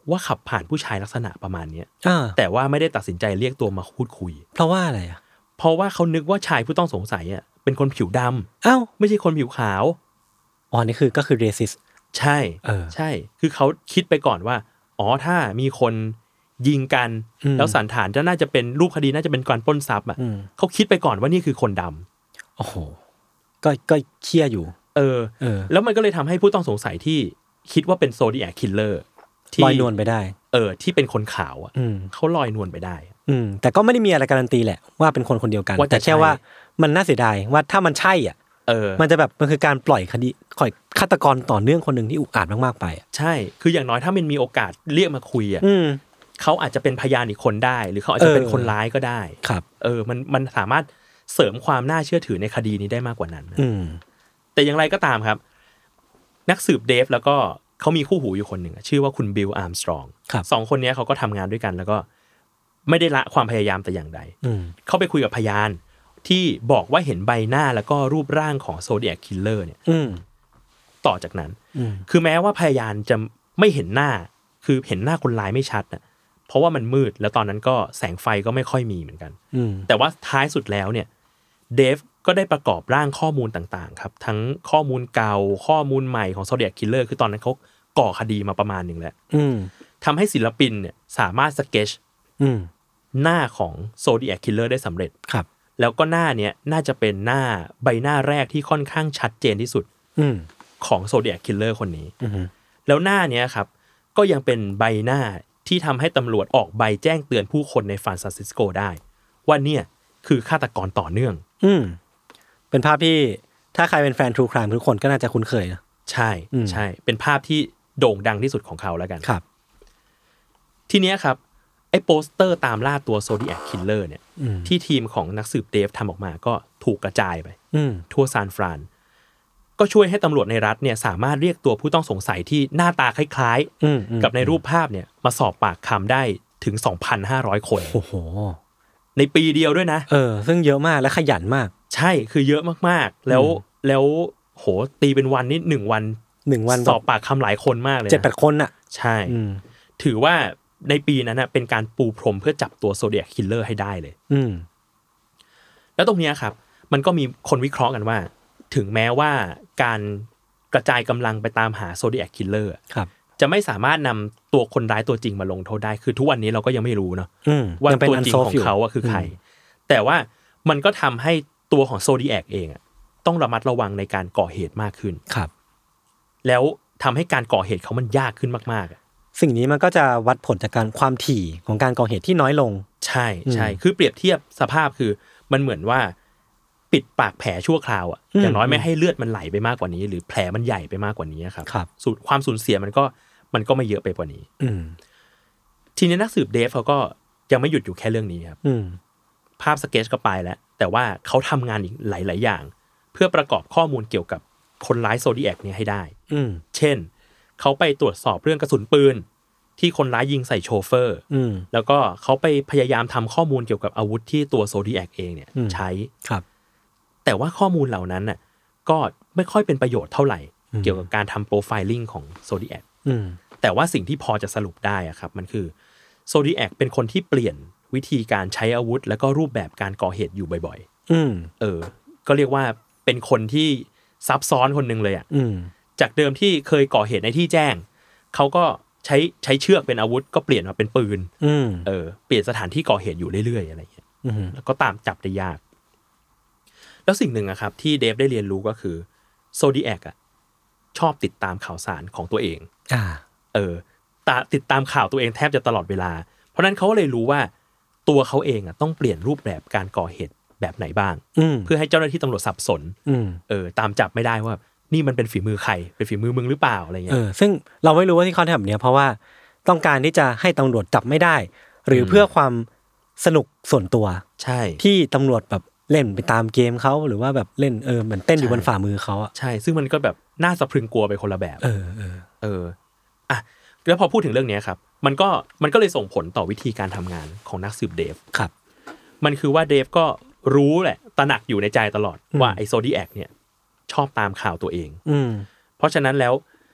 ว่าขับผ่านผู้ชายลักษณะประมาณเนี้ยอ่าแต่ว่าไม่ได้ตัดสินใจเรียกตัวมาพูดคุยเพราะว่าอะไรอ่ะเพราะว่าเขานึกว่าชายผู้ต้องสงสัยอ่ะเป็นคนผิวดำอ้าวไม่ใช่คนผิวขาวอ๋อนี่คือก็คือ racist ใช่ ใช่ คือเขาคิดไปก่อนว่าอ๋อถ้ามีคนยิงกันแล้วสันฐานจะน่าจะเป็นรูปคดีน่าจะเป็นการปล้นทรัพย์อ่ะเขาคิดไปก่อนว่านี่คือคนดำโอ้โหก็เคี่ยอยู่แล้วมันก็เลยทำให้ผู้ต้องสงสัยที่คิดว่าเป็นโซดิแอคคิลเลอร์ลอยนวลไปได้ที่เป็นคนขาวอ่ะเขาลอยนวลไปได้แต่ก็ไม่ได้มีอะไรการันตีแหละว่าเป็นคนคนเดียวกันแต่แค่ว่ามันน่าเสียดายว่าถ้ามันใช่อ่ะมันจะแบบมันคือการปล่อยคดีฆาตกรต่อเนื่องคนหนึ่งที่อุกอาจมากๆไปใช่คืออย่างน้อยถ้ามันมีโอกาสเรียกมาคุยอ่ะเขาอาจจะเป็นพยานอีกคนได้หรือเขาอาจจะเป็นคนร้ายก็ได้ครับมันสามารถเสริมความน่าเชื่อถือในคดีนี้ได้มากกว่านั้นแต่อย่างไรก็ตามครับนักสืบเดฟแล้วก็เขามีคู่หูอยู่คนหนึ่งชื่อว่าคุณบิลอาร์มสตรองสองคนนี้เขาก็ทำงานด้วยกันแล้วก็ไม่ได้ละความพยายามแต่อย่างใดเขาไปคุยกับพยานที่บอกว่าเห็นใบหน้าแล้วก็รูปร่างของโซเดียคคิลเลอร์เนี่ยต่อจากนั้นคือแม้ว่าพยานจะไม่เห็นหน้าคือเห็นหน้าคนร้ายไม่ชัดนะเพราะว่ามันมืดแล้วตอนนั้นก็แสงไฟก็ไม่ค่อยมีเหมือนกันแต่ว่าท้ายสุดแล้วเนี่ยเดฟก็ได้ประกอบร่างข้อมูลต่างๆครับทั้งข้อมูลเก่าข้อมูลใหม่ของโซเดียคคิลเลอร์คือตอนนั้นเขาก่อคดีมาประมาณนึงแล้วทำให้ศิลปินเนี่ยสามารถสเก็ตหน้าของโซเดียคคิลเลอร์ได้สำเร็จครับแล้วก็หน้าเนี้ยน่าจะเป็นใบหน้าแรกที่ค่อนข้างชัดเจนที่สุดของโซเดียคคิลเลอร์คนนี้แล้วหน้าเนี้ยครับก็ยังเป็นใบหน้าที่ทำให้ตำรวจออกใบแจ้งเตือนผู้คนในซานฟรานซิสโกได้ว่าเนี่ยคือฆาตกรต่อเนื่องเป็นภาพที่ถ้าใครเป็นแฟน True Crime ทุกคนก็น่าจะคุ้นเคยนะใช่ใช่เป็นภาพที่โด่งดังที่สุดของเขาแล้วกันครับทีเนี้ยครับไอ้โปสเตอร์ตามล่าตัวโซเดียคคิลเลอร์เนี่ยที่ทีมของนักสืบเดฟทำออกมาก็ถูกกระจายไปทั่วซานฟรานก็ช่วยให้ตำรวจในรัฐเนี่ยสามารถเรียกตัวผู้ต้องสงสัยที่หน้าตาคล้ายๆกับในรูปภาพเนี่ยมาสอบปากคำได้ถึง 2,500 คนโอ้โหในปีเดียวด้วยนะซึ่งเยอะมากและขยันมากใช่คือเยอะมากๆแล้วโหตีเป็นวันนี่1 วันสอบปากคำหลายคนมากเลย 7-8 คนน่ะใช่ถือว่าในปีนั้นน่ะเป็นการปูพรมเพื่อจับตัวโซเดียคคิลเลอร์ให้ได้เลยแล้วตรงนี้ครับมันก็มีคนวิเคราะห์กันว่าถึงแม้ว่าการกระจายกำลังไปตามหาโซเดียคคิลเลอร์จะไม่สามารถนำตัวคนร้ายตัวจริงมาลงโทษได้คือทุกวันนี้เราก็ยังไม่รู้เนาะว่าตัวจริงของเขาคือใครแต่ว่ามันก็ทำให้ตัวของโซเดียคเองอ่ะต้องระมัดระวังในการก่อเหตุมากขึ้นครับแล้วทำให้การก่อเหตุเขามันยากขึ้นมากๆสิ่งนี้มันก็จะวัดผลจากการความถี่ของการก่อเหตุที่น้อยลงใช่ใช่คือเปรียบเทียบสภาพคือมันเหมือนว่าปิดปากแผลชั่วคราวอ่ะอย่างน้อยไม่ให้เลือดมันไหลไปมากกว่านี้หรือแผลมันใหญ่ไปมากกว่านี้ครับความสูญเสียมันก็ไม่เยอะไปกว่านี้ทีนี้นักสืบเดฟเขาก็ยังไม่หยุดอยู่แค่เรื่องนี้ครับภาพสเก็ตก็ไปแล้วแต่ว่าเขาทำงานอีกหลายๆอย่างเพื่อประกอบข้อมูลเกี่ยวกับคนร้ายโซเดียคเนี่ยให้ได้เช่นเขาไปตรวจสอบเรื่องกระสุนปืนที่คนร้ายยิงใส่โชเฟอร์แล้วก็เขาไปพยายามทำข้อมูลเกี่ยวกับอาวุธที่ตัวโซเดียคเองเนี่ยใช้แต่ว่าข้อมูลเหล่านั้นน่ะก็ไม่ค่อยเป็นประโยชน์เท่าไหร่เกี่ยวกับการทำโปรไฟลิ่งของโซเดียคแต่ว่าสิ่งที่พอจะสรุปได้อะครับมันคือโซเดียคเป็นคนที่เปลี่ยนวิธีการใช้อาวุธแล้วก็รูปแบบการก่อเหตุอยู่บ่อยๆก็เรียกว่าเป็นคนที่ซับซ้อนคนนึงเลยอ่ะจากเดิมที่เคยก่อเหตุในที่แจ้งเขาก็ใช้เชือกเป็นอาวุธก็เปลี่ยนมาเป็นปืนเปลี่ยนสถานที่ก่อเหตุอยู่เรื่อยๆอะไรอย่างเงี้ยแล้วก็ตามจับได้ยากแล้วสิ่งหนึ่งอะครับที่เดฟได้เรียนรู้ก็คือโซเดียคอะชอบติดตามข่าวสารของตัวเองติดตามข่าวตัวเองแทบจะตลอดเวลาเพราะนั้นเขาก็เลยรู้ว่าตัวเขาเองอะต้องเปลี่ยนรูปแบบการก่อเหตุแบบไหนบ้างเพื่อให้เจ้าหน้าที่ตำรวจสับสนตามจับไม่ได้ว่านี่มันเป็นฝีมือใครเป็นฝีมือมึงหรือเปล่าอะไรเงี้ยซึ่งเราไม่รู้ว่าที่เขาทำแบบนี้เพราะว่าต้องการที่จะให้ตำรวจจับไม่ได้หรือเพื่อความสนุกส่วนตัวใช่ที่ตำรวจแบบเล่นไปตามเกมเขาหรือว่าแบบเล่นเหมือนเต้นอยู่บนฝ่ามือเขาอ่ะใช่ซึ่งมันก็แบบน่าสะพรึงกลัวไปคนละแบบอ่ะแล้วพอพูดถึงเรื่องนี้ครับมันก็เลยส่งผลต่อวิธีการทำงานของนักสืบเดฟครับมันคือว่าเดฟก็รู้แหละตระหนักอยู่ในใจตลอดว่าไอโซเดียคเนี่ยชอบตามข่าวตัวเองเพราะฉะนั้นแล้ว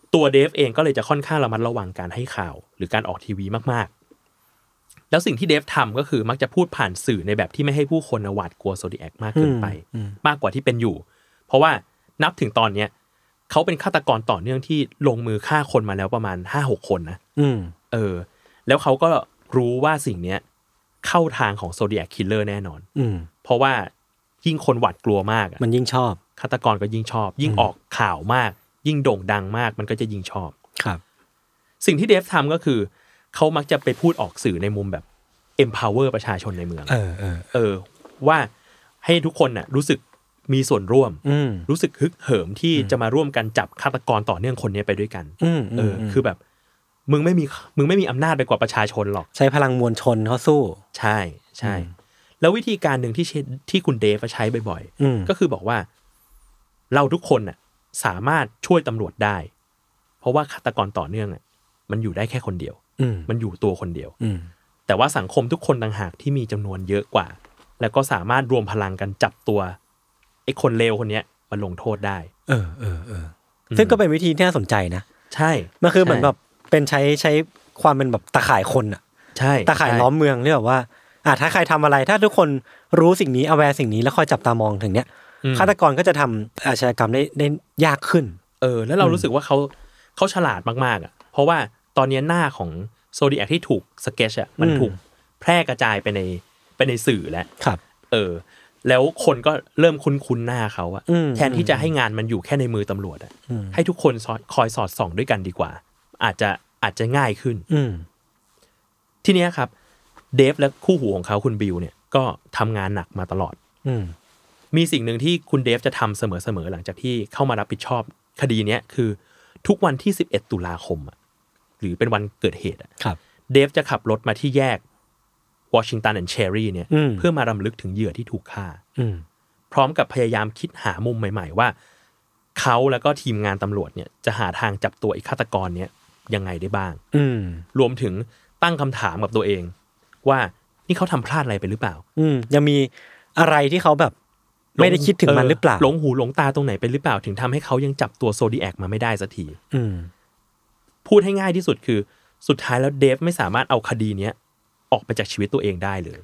ตัวเดฟเองก็เลยจะค่อนข้างระมัดระวังการให้ข่าวหรือการออกทีวีมากๆแล้วสิ่งที่เดฟทำก็คือมักจะพูดผ่านสื่อในแบบที่ไม่ให้ผู้คนหวาดกลัวโซดิแอคมากเกินไปมากกว่าที่เป็นอยู่เพราะว่านับถึงตอนเนี้ยเขาเป็นฆาตกรต่อเนื่องที่ลงมือฆ่าคนมาแล้วประมาณ 5-6 คนนะแล้วเขาก็รู้ว่าสิ่งเนี้ยเข้าทางของ Zodiac Killer แน่นอนเพราะว่ายิ่งคนหวาดกลัวมากมันยิ่งชอบฆาตกรก็ยิ่งชอบยิ่งออกข่าวมากยิ่งโด่งดังมากมันก็จะยิ่งชอบครับสิ่งที่เดฟทำก็คือเขามักจะไปพูดออกสื่อในมุมแบบ empower ประชาชนในเมืองว่าให้ทุกคนน่ะรู้สึกมีส่วนร่วมรู้สึกฮึกเหิมที่จะมาร่วมกันจับฆาตกรต่อเนื่องคนนี้ไปด้วยกันคือแบบมึงไม่มีอำนาจไปกว่าประชาชนหรอกใช้พลังมวลชนเขาสู้ใช่ใช่แล้ววิธีการหนึ่งที่คุณเดฟใช้บ่อยๆก็คือบอกว่าเราทุกคนน่ะสามารถช่วยตำรวจได้เพราะว่าฆาตกรต่อเนื่องอ่ะมันอยู่ได้แค่คนเดียวมันอยู่ตัวคนเดียวแต่ว่าสังคมทุกคนต่างหากที่มีจำนวนเยอะกว่าแล้วก็สามารถรวมพลังกันจับตัวไอ้คนเลวคนนี้มาลงโทษได้ซึ่งก็เป็นวิธีที่น่าสนใจนะใช่มันคือเหมือนแบบเป็นใช้ความเป็นแบบตะข่ายคนอ่ะใช่ตะข่ายล้อมเมืองที่แบบว่าถ้าใครทำอะไรถ้าทุกคนรู้สิ่งนี้awareสิ่งนี้แล้วคอยจับตามองถึงเนี้ยฆาตกรก็จะทำอาชญากรรมได้ยากขึ้นแล้วเรารู้สึกว่าเขาฉลาดมากๆอ่ะเพราะว่าตอนนี้หน้าของโซดิแอคที่ถูกสเก็ตช์อ่ะมันถูกแพร่กระจายไปในสื่อแล้วครับแล้วคนก็เริ่มคุ้นหน้าเขาอะแทนที่จะให้งานมันอยู่แค่ในมือตำรวจอะให้ทุกคนคอยสอดส่องด้วยกันดีกว่าอาจจะง่ายขึ้นทีเนี้ยครับเดฟและคู่หูของเขาคุณบิลเนี่ยก็ทำงานหนักมาตลอดมีสิ่งหนึ่งที่คุณเดฟจะทำเสมอๆหลังจากที่เข้ามารับผิดชอบคดีเนี้ยคือทุกวันที่11ตุลาคมอะหรือเป็นวันเกิดเหตุอะเดฟจะขับรถมาที่แยกวอชิงตันแอนด์เชอรี่เนี่ยเพื่อมารำลึกถึงเหยื่อที่ถูกฆ่าพร้อมกับพยายามคิดหามุมใหม่ๆว่าเขาแล้วก็ทีมงานตำรวจเนี่ยจะหาทางจับตัวไอ้ฆาตกรเนี่ยยังไงได้บ้างรวมถึงตั้งคำถามกับตัวเองว่านี่เขาทำพลาดอะไรไปหรือเปล่ายังมีอะไรที่เขาแบบไม่ได้คิดถึงมันหรือเปล่าหลงหูหลงตาตรงไหนไปหรือเปล่าถึงทำให้เขายังจับตัวโซดิแอคมาไม่ได้สักทีพูดให้ง่ายที่สุดคือสุดท้ายแล้วเดฟไม่สามารถเอาคดีเนี้ยออกไปจากชีวิตตัวเองได้เลย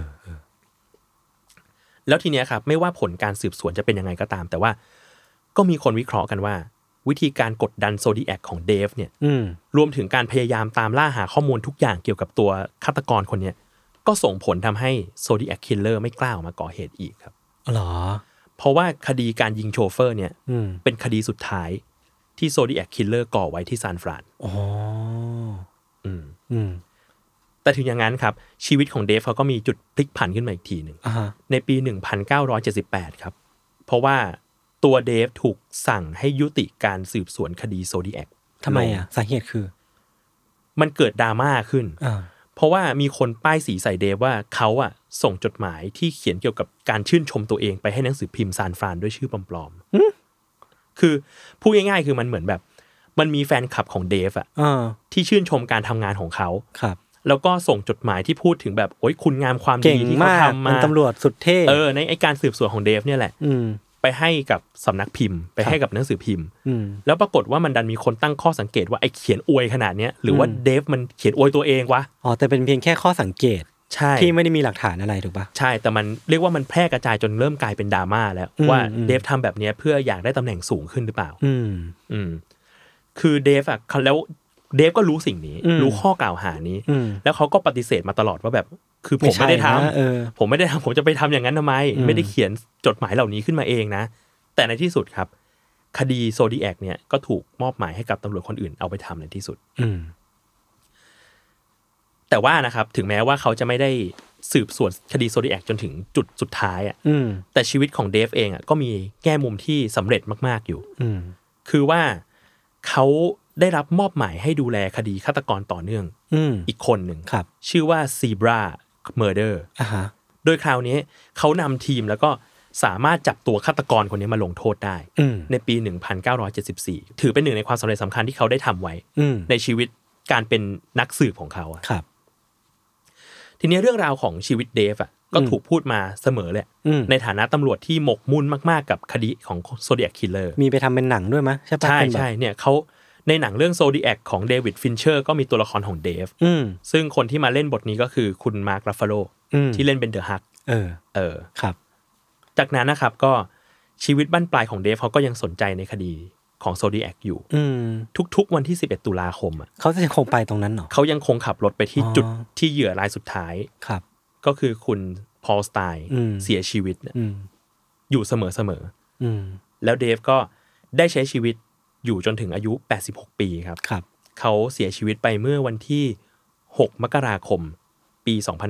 แล้วทีเนี้ยครับไม่ว่าผลการสืบสวนจะเป็นยังไงก็ตามแต่ว่าก็มีคนวิเคราะห์กันว่าวิธีการกดดันโซดิแอคของเดฟเนี่ยรวมถึงการพยายามตามล่าหาข้อมูลทุกอย่างเกี่ยวกับตัวฆาตกรคนเนี้ยก็ส่งผลทำให้โซดิแอคคิลเลอร์ไม่กล้าออกมาก่อเหตุอีกครับหรอเพราะว่าคดีการยิงโชเฟอร์เนี่ยเป็นคดีสุดท้ายที่โซดิแอคคิลเลอร์ก่อไว้ที่ซานฟรานแต่ถึงอย่างนั้นครับชีวิตของเดฟเขาก็มีจุดพลิกผันขึ้นมาอีกทีหนึ่งในปี 1978 ครับเพราะว่าตัวเดฟถูกสั่งให้ยุติการสืบสวนคดีโซดิแอคทำไมสาเหตุคือมันเกิดดราม่าขึ้นเพราะว่ามีคนป้ายสีใส่เดฟว่าเขาส่งจดหมายที่เขียนเกี่ยวกับการชื่นชมตัวเองไปให้หนังสือพิมพ์ซานฟรานด้วยชื่อปลอมๆคือพูดง่ายๆคือมันเหมือนแบบมันมีแฟนคลับของเดฟที่ชื่นชมการทำงานของเขาแล้วก็ส่งจดหมายที่พูดถึงแบบโอ๊ยคุณงามความดีที่เขาทำมาเป็นตำรวจสุดเท่ในไอการสืบสวนของเดฟเนี่ยแหละไปให้กับสำนักพิมพ์ไปให้กับหนังสือพิมพ์แล้วปรากฏว่ามันดันมีคนตั้งข้อสังเกตว่าไอเขียนอวยขนาดนี้หรือว่าเดฟมันเขียนอวยตัวเองวะแต่เป็นเพียงแค่ข้อสังเกตใช่ที่ไม่ได้มีหลักฐานอะไรถูกปะใช่แต่มันเรียกว่ามันแพร่กระจายจนเริ่มกลายเป็นดราม่าแล้วว่าเดฟทำแบบนี้เพื่ออยากได้ตำแหน่งสูงขึ้นหรือเปล่าคือเดฟแล้วเดฟก็รู้สิ่งนี้รู้ข้อกล่าวหานี้แล้วเขาก็ปฏิเสธมาตลอดว่าแบบคือผมไม่ได้ทำผมไม่ได้ทำผมจะไปทำอย่างนั้นทำไมไม่ได้เขียนจดหมายเหล่านี้ขึ้นมาเองนะแต่ในที่สุดครับคดีโซดิแอคเนี่ยก็ถูกมอบหมายให้กับตำรวจคนอื่นเอาไปทำในที่สุดแต่ว่านะครับถึงแม้ว่าเขาจะไม่ได้สืบสวนคดีโซดิแอคจนถึงจุดสุดท้ายแต่ชีวิตของเดฟเองก็มีแง่มุมที่สำเร็จมากๆอยู่คือว่าเขาได้รับมอบหมายให้ดูแลคดีฆาตกรต่อเนื่องอีกคนหนึ่งชื่อว่า Zebra Murder โดยคราวนี้เขานำทีมแล้วก็สามารถจับตัวฆาตกรคนนี้มาลงโทษได้ในปี 1974 ถือเป็นหนึ่งในความสำเร็จสำคัญที่เขาได้ทำไว้ในชีวิตการเป็นนักสืบของเขาครับทีนี้เรื่องราวของชีวิตเดฟก็ถูกพูดมาเสมอแหละในฐานะตำรวจที่หมกมุ่นมากๆกับคดีของ Zodiac Killer มีไปทำเป็นหนังด้วยมั้ยใช่ปะใช่ๆเนี่ยเขาในหนังเรื่อง Zodiac ของเดวิดฟินเชอร์ก็มีตัวละครของเดฟซึ่งคนที่มาเล่นบทนี้ก็คือคุณมาร์ค รัฟฟาโลที่เล่นเป็นเดอะฮักครับจากนั้นนะครับก็ชีวิตบั้นปลายของเดฟเขาก็ยังสนใจในคดีของ Zodiac อยู่ทุกๆวันที่11ตุลาคมอ่ะเขาจะยังคงไปตรงนั้นเหรอเขายังคงขับรถไปที่จุดที่เหยื่อรายสุดท้ายครับก็คือคุณพอลสไตน์เสียชีวิตอยู่เสมอแล้วเดฟก็ได้ใช้ชีวิตอยู่จนถึงอายุ86ปีครับเขาเสียชีวิตไปเมื่อวันที่6มกราคมปี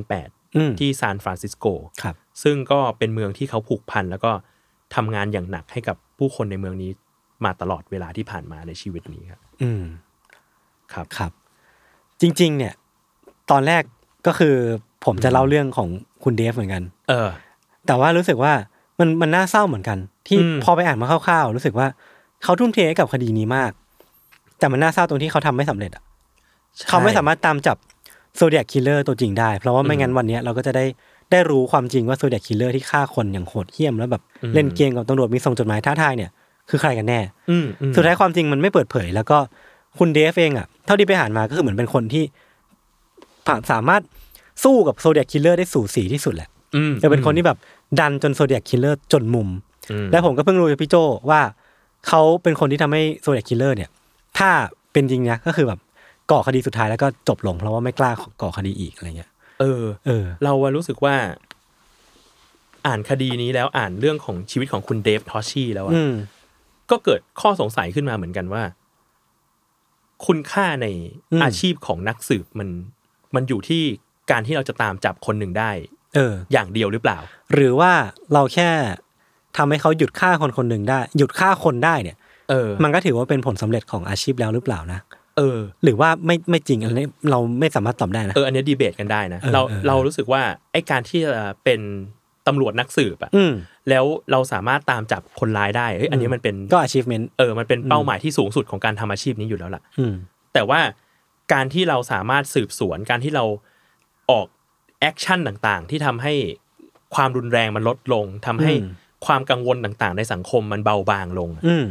2008ที่ซานฟรานซิสโกซึ่งก็เป็นเมืองที่เขาผูกพันแล้วก็ทำงานอย่างหนักให้กับผู้คนในเมืองนี้มาตลอดเวลาที่ผ่านมาในชีวิตนี้ครับครับจริงๆเนี่ยตอนแรกก็คือผมจะเล่าเรื่องของคุณเดฟเหมือนกันแต่ว่ารู้สึกว่ามันน่าเศร้าเหมือนกันที่พอไปอ่านมาคร่าวๆรู้สึกว่าเขาทุ่มเทให้กับคดีนี้มากแต่มันน่าเศร้าตรงที่เขาทำไม่สำเร็จอ่ะเขาไม่สามารถตามจับโซเดียคิลเลอร์ตัวจริงได้เพราะว่าไม่งั้นวันนี้เราก็จะได้รู้ความจริงว่าโซเดียคิลเลอร์ที่ฆ่าคนอย่างโหดเหี้ยมแล้วแบบเล่นเกมกับตำรวจมีส่งจดหมายท้าทายเนี่ยคือใครกันแน่สุดท้ายความจริงมันไม่เปิดเผยแล้วก็คุณเดฟเองอ่ะเท่าที่ไปอ่านมาก็คือเหมือนเป็นคนที่สามารถสู้กับโซเดียคิลเลอร์ได้สูสีที่สุดแหละจะเป็นคนที่แบบดันจนโซเดียคิลเลอร์จนมุมและผมก็เพิ่งรู้จากพี่โจว่าเขาเป็นคนที่ทำให้โซเดียคิลเลอร์เนี่ยถ้าเป็นจริงนะก็คือแบบก่อคดีสุดท้ายแล้วก็จบลงเพราะว่าไม่กล้าก่อคดีอีกอะไรเงี้ยเรารู้สึกว่าอ่านคดีนี้แล้วอ่านเรื่องของชีวิตของคุณเดฟทอชชี่แล้วก็เกิดข้อสงสัยขึ้นมาเหมือนกันว่าคุณค่าในอาชีพของนักสืบมันอยู่ที่การที่เราจะตามจับคนหนึ่งได้อย่างเดียวหรือเปล่าหรือว่าเราแค่ทำให้เขาหยุดฆ่าคนหนึ่งได้หยุดฆ่าคนได้เนี่ยมันก็ถือว่าเป็นผลสำเร็จของอาชีพแล้วหรือเปล่านะหรือว่าไม่จริงอันนี้เราไม่สามารถตอบได้นะอันนี้ดีเบตกันได้นะเรารู้สึกว่าไอ้การที่จะเป็นตำรวจนักสืบอ่ะแล้วเราสามารถตามจับคนร้ายได้อันนี้มันเป็นก็ achievement มันเป็นเป้าหมายที่สูงสุดของการทำอาชีพนี้อยู่แล้วล่ะแต่ว่าการที่เราสามารถสืบสวนการที่เราออกแอคชั่นต่างๆที่ทำให้ความรุนแรงมันลดลงทำให้ความกังวลต่างๆในสังคมมันเบาบางลง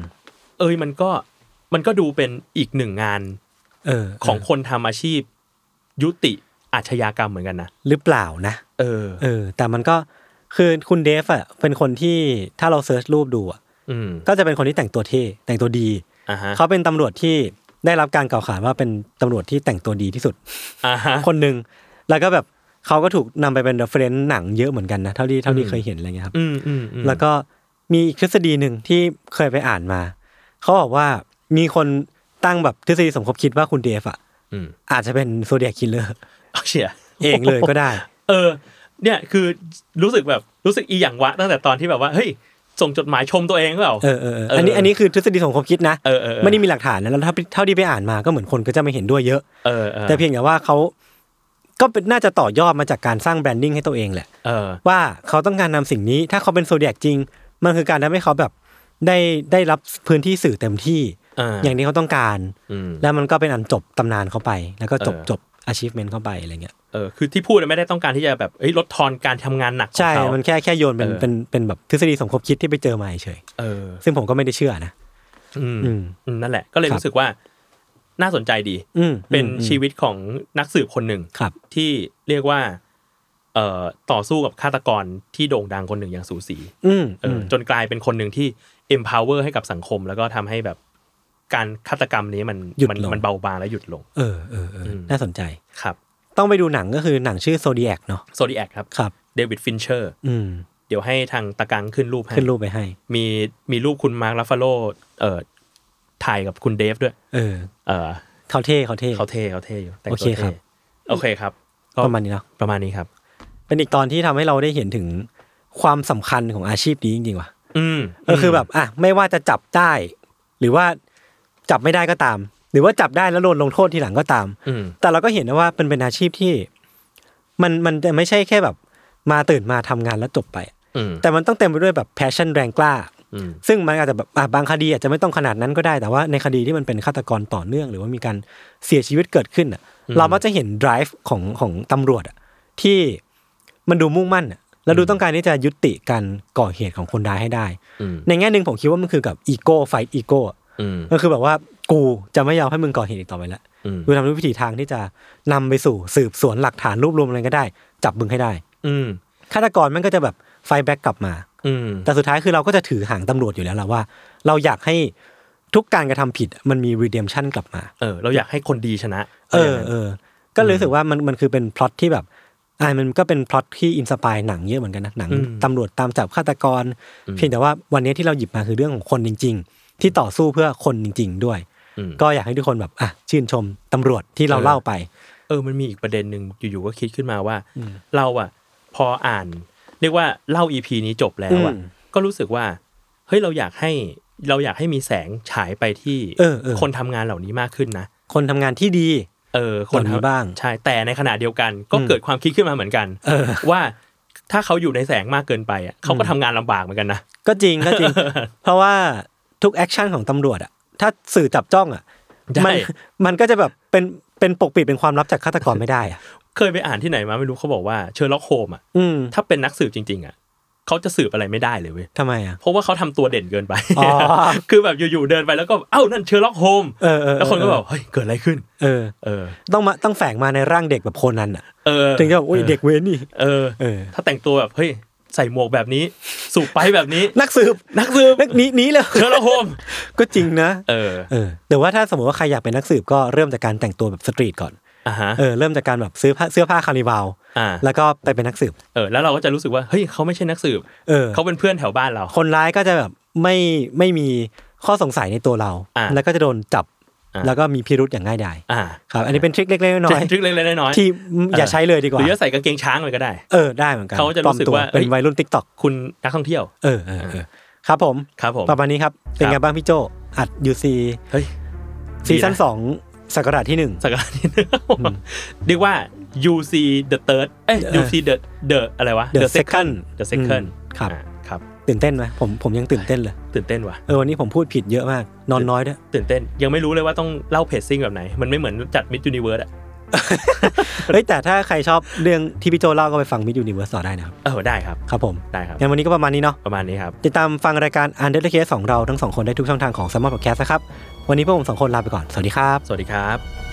มันก็ดูเป็นอีกหนึ่งงานของคนทำอาชีพยุติอาชญากรรมเหมือนกันนะหรือเปล่านะแต่มันก็คือคุณเดฟอ่ะเป็นคนที่ถ้าเราเสิร์ชรูปดูอ่ะก็จะเป็นคนที่แต่งตัวเท่แต่งตัวดีเขาเป็นตำรวจที่ได้รับการกล่าวขานว่าเป็นตำรวจที่แต่งตัวดีที่สุดคนนึงแล้วก็แบบเขาก็ถูกนำไปเป็น reference หนังเยอะเหมือนกันนะเท่าที่เคยเห็นอะไรเงี้ยครับแล้วก็มีอีกทฤษฎีนึงที่เคยไปอ่านมาเขาบอกว่ามีคนตั้งแบบทฤษฎีสมคบคิดว่าคุณเดฟอ่ะอาจจะเป็นโซเดียคิลเลอร์เองเลยก็ได้เนี่ยคือรู้สึกอีหยังวะตั้งแต่ตอนที่แบบว่าเฮ้ยส่งจดหมายชมตัวเองเปล่าอันนี้คือทฤษฎีสมคบคิดนะไม่ได้มีหลักฐานนะแล้วเท่าที่ไปอ่านมาก็เหมือนคนก็จะไม่เห็นด้วยเยอะแต่เพียงแต่ว่าเขาก็เป็นน่าจะต่อยอดมาจากการสร้างแบรนดิ้งให้ตัวเองแหละว่าเขาต้องการนำสิ่งนี้ถ้าเขาเป็นโซเดียกจริงมันคือการทำให้เขาแบบได้รับพื้นที่สื่อเต็มที่อย่างที่เขาต้องการแล้วมันก็เป็นอันจบตำนานเขาไปแล้วก็จบachievement เข้าไปอะไรเงี้ยคือที่พูดไม่ได้ต้องการที่จะแบบลดทอนการทำงานหนักของเขาใช่มันแค่โยนเป็นแบบทฤษฎีสมคบคิดที่ไปเจอมาเฉยซึ่งผมก็ไม่ได้เชื่อนะนั่นแหละก็เลยรู้สึกว่าน่าสนใจดีเป็นชีวิตของนักสืบคนหนึ่งที่เรียกว่าต่อสู้กับฆาตกรที่โด่งดังคนหนึ่งอย่างสูสีจนกลายเป็นคนหนึ่งที่ empower ให้กับสังคมแล้วก็ทำให้แบบการฆาตกรรมนี้มันเบาบางและหยุดลงน่าสนใจครับต้องไปดูหนังก็คือหนังชื่อ Zodiac เนาะ Zodiac ครับเดวิดฟินเชอร์เดี๋ยวให้ทางตะกังขึ้นรูปไปให้มีรูปคุณมาร์ค รัฟฟาโลถ่ายกับคุณเดฟด้วยเขาเท่อยู่โอเคครับประมาณนี้เนาะประมาณนี้ครับเป็นอีกตอนที่ทำให้เราได้เห็นถึงความสำคัญของอาชีพนี้จริงๆว่ะคือแบบไม่ว่าจะจับได้หรือว่าจับไม่ได้ก็ตามหรือว่าจับได้แล้วโดนลงโทษทีหลังก็ตามแต่เราก็เห็นนะว่าเป็นอาชีพที่มันจะไม่ใช่แค่แบบมาตื่นมาทำงานแล้วจบไปแต่มันต้องเต็มไปด้วยแบบแพชชั่นแรงกล้าซึ่งมันอาจจะแบบบางคดีอาจจะไม่ต้องขนาดนั้นก็ได้แต่ว่าในคดีที่มันเป็นฆาตกรต่อเนื่องหรือว่ามีการเสียชีวิตเกิดขึ้นเรามักจะเห็น drive ของตำรวจที่มันดูมุ่งมั่นแล้วดูต้องการที่จะยุติการก่อเหตุของคนร้ายให้ได้ในแง่นึงผมคิดว่ามันคือกับอีโก้ไฟท์อีโก้ก็คือแบบว่ากูจะไม่ยอมให้มึงก่อเหตุอีกต่อไปแล้วกูทำด้วยวิธีทางที่จะนำไปสู่สืบสวนหลักฐานรวบรวมอะไรก็ได้จับมึงให้ได้ฆาตกรมันก็จะแบบไฟแบ็กกลับมาแต่สุดท้ายคือเราก็จะถือหางตำรวจอยู่แล้วล่ะว่าเราอยากให้ทุกการกระทำผิดมันมี redemption กลับมาเราอยากให้คนดีชนะก็รู้สึกว่ามันคือเป็นพล็อตที่แบบมันก็เป็นพล็อตที่อินสปายหนังเยอะเหมือนกันนะหนังตำรวจตามจับฆาตกรเพียงแต่ว่าวันนี้ที่เราหยิบมาคือเรื่องของคนจริงๆที่ต่อสู้เพื่อคนจริงๆด้วยก็อยากให้ทุกคนแบบชื่นชมตำรวจที่เราเล่าไปมันมีอีกประเด็นนึงอยู่ๆก็คิดขึ้นมาว่าเราพออ่านเรียกว่าเล่า EP นี้จบแล้วก็รู้สึกว่าเฮ้ยเราอยากให้มีแสงฉายไปที่คนทำงานเหล่านี้มากขึ้นนะคนทำงานที่ดีคนทำบ้างใช่แต่ในขณะเดียวกันก็เกิดความคิดขึ้นมาเหมือนกันว่าถ้าเขาอยู่ในแสงมากเกินไปเขาก็ทำงานลำบากเหมือนกันนะก็จริง เพราะว่าทุกแอคชั่นของตำรวจถ้าสื่อจับจ้องมันก็จะแบบเป็นปกปิดเป็นความลับจากฆาตกรไม่ได้เคยไปอ่านที่ไหนมาไม่รู้เขาบอกว่าเชอร์ล็อกโฮมถ้าเป็นนักสืบจริงๆเขาจะสืบอะไรไม่ได้เลยเว้ยทำไมเพราะว่าเขาทำตัวเด่นเกินไปคือแบบอยู่ๆเดินไปแล้วก็นั่นเชอร์ล็อกโฮมแล้วคนก็แบบเฮ้ยเกิดอะไรขึ้นต้องแฝงมาในร่างเด็กแบบโคนันถึงจะแบบโอ้ยเด็กเว้นนี่ถ้าแต่งตัวแบบเฮ้ยใส่หมวกแบบนี้สูบไปแบบนี้นักสืบนี้เลยเชอร์ล็อกโฮมก็จริงนะแต่ว่าถ้าสมมติว่าใครอยากเป็นนักสืบก็เริ่มจากการแต่งตัวแบบสตรีทก่อนเริ่มจากการแบบซื้อเสื้อผ้าคาร์นิวัลแล้วก็ไปเป็นนักสืบแล้วเราก็จะรู้สึกว่าเฮ้ยเขาไม่ใช่นักสืบเขาเป็นเพื่อนแถวบ้านเราคนร้ายก็จะแบบไม่มีข้อสงสัยในตัวเราแล้วก็จะโดนจับแล้วก็มีพิรุธอย่างง่ายดายครับอันนี้เป็นทริคเล็กๆน้อยๆทริคเล็กๆน้อยๆที่อย่าใช้เลยดีกว่าหรือจะใส่กางเกงช้างเลยก็ได้ได้เหมือนกันเขาจะรู้สึกว่าเป็นวัยรุ่น TikTok คุณนักท่องเที่ยวครับผมประมาณนี้ครับเป็นไงบ้างพี่โจอัด UC เฮ้ยซีซั่น2ศักราชที่1 เรียกว่า UC the third UC the อะไรวะ the second ครับตื่นเต้นไหมผมยังตื่นเต้นเลยตื่นเต้นว่ะวันนี้ผมพูดผิดเยอะมากนอนน้อยด้วยตื่นเต้นยังไม่รู้เลยว่าต้องเล่าเพจซิ่งแบบไหนมันไม่เหมือนจัด Mid Universe แต่ถ้าใครชอบเรื่องที่พี่โจเล่าก็ไปฟัง Mid Universe ต่อได้นะครับได้ครับครับผมได้ครับงั้นวันนี้ก็ประมาณนี้เนาะประมาณนี้ครับติดตามฟังรายการ Under the Case ของเราทั้ง2คนได้ทุกช่องทางของ Smart Podcast นะครับวันนี้พวกผม2คนลาไปก่อนสวัสดีครับสวัสดีครับ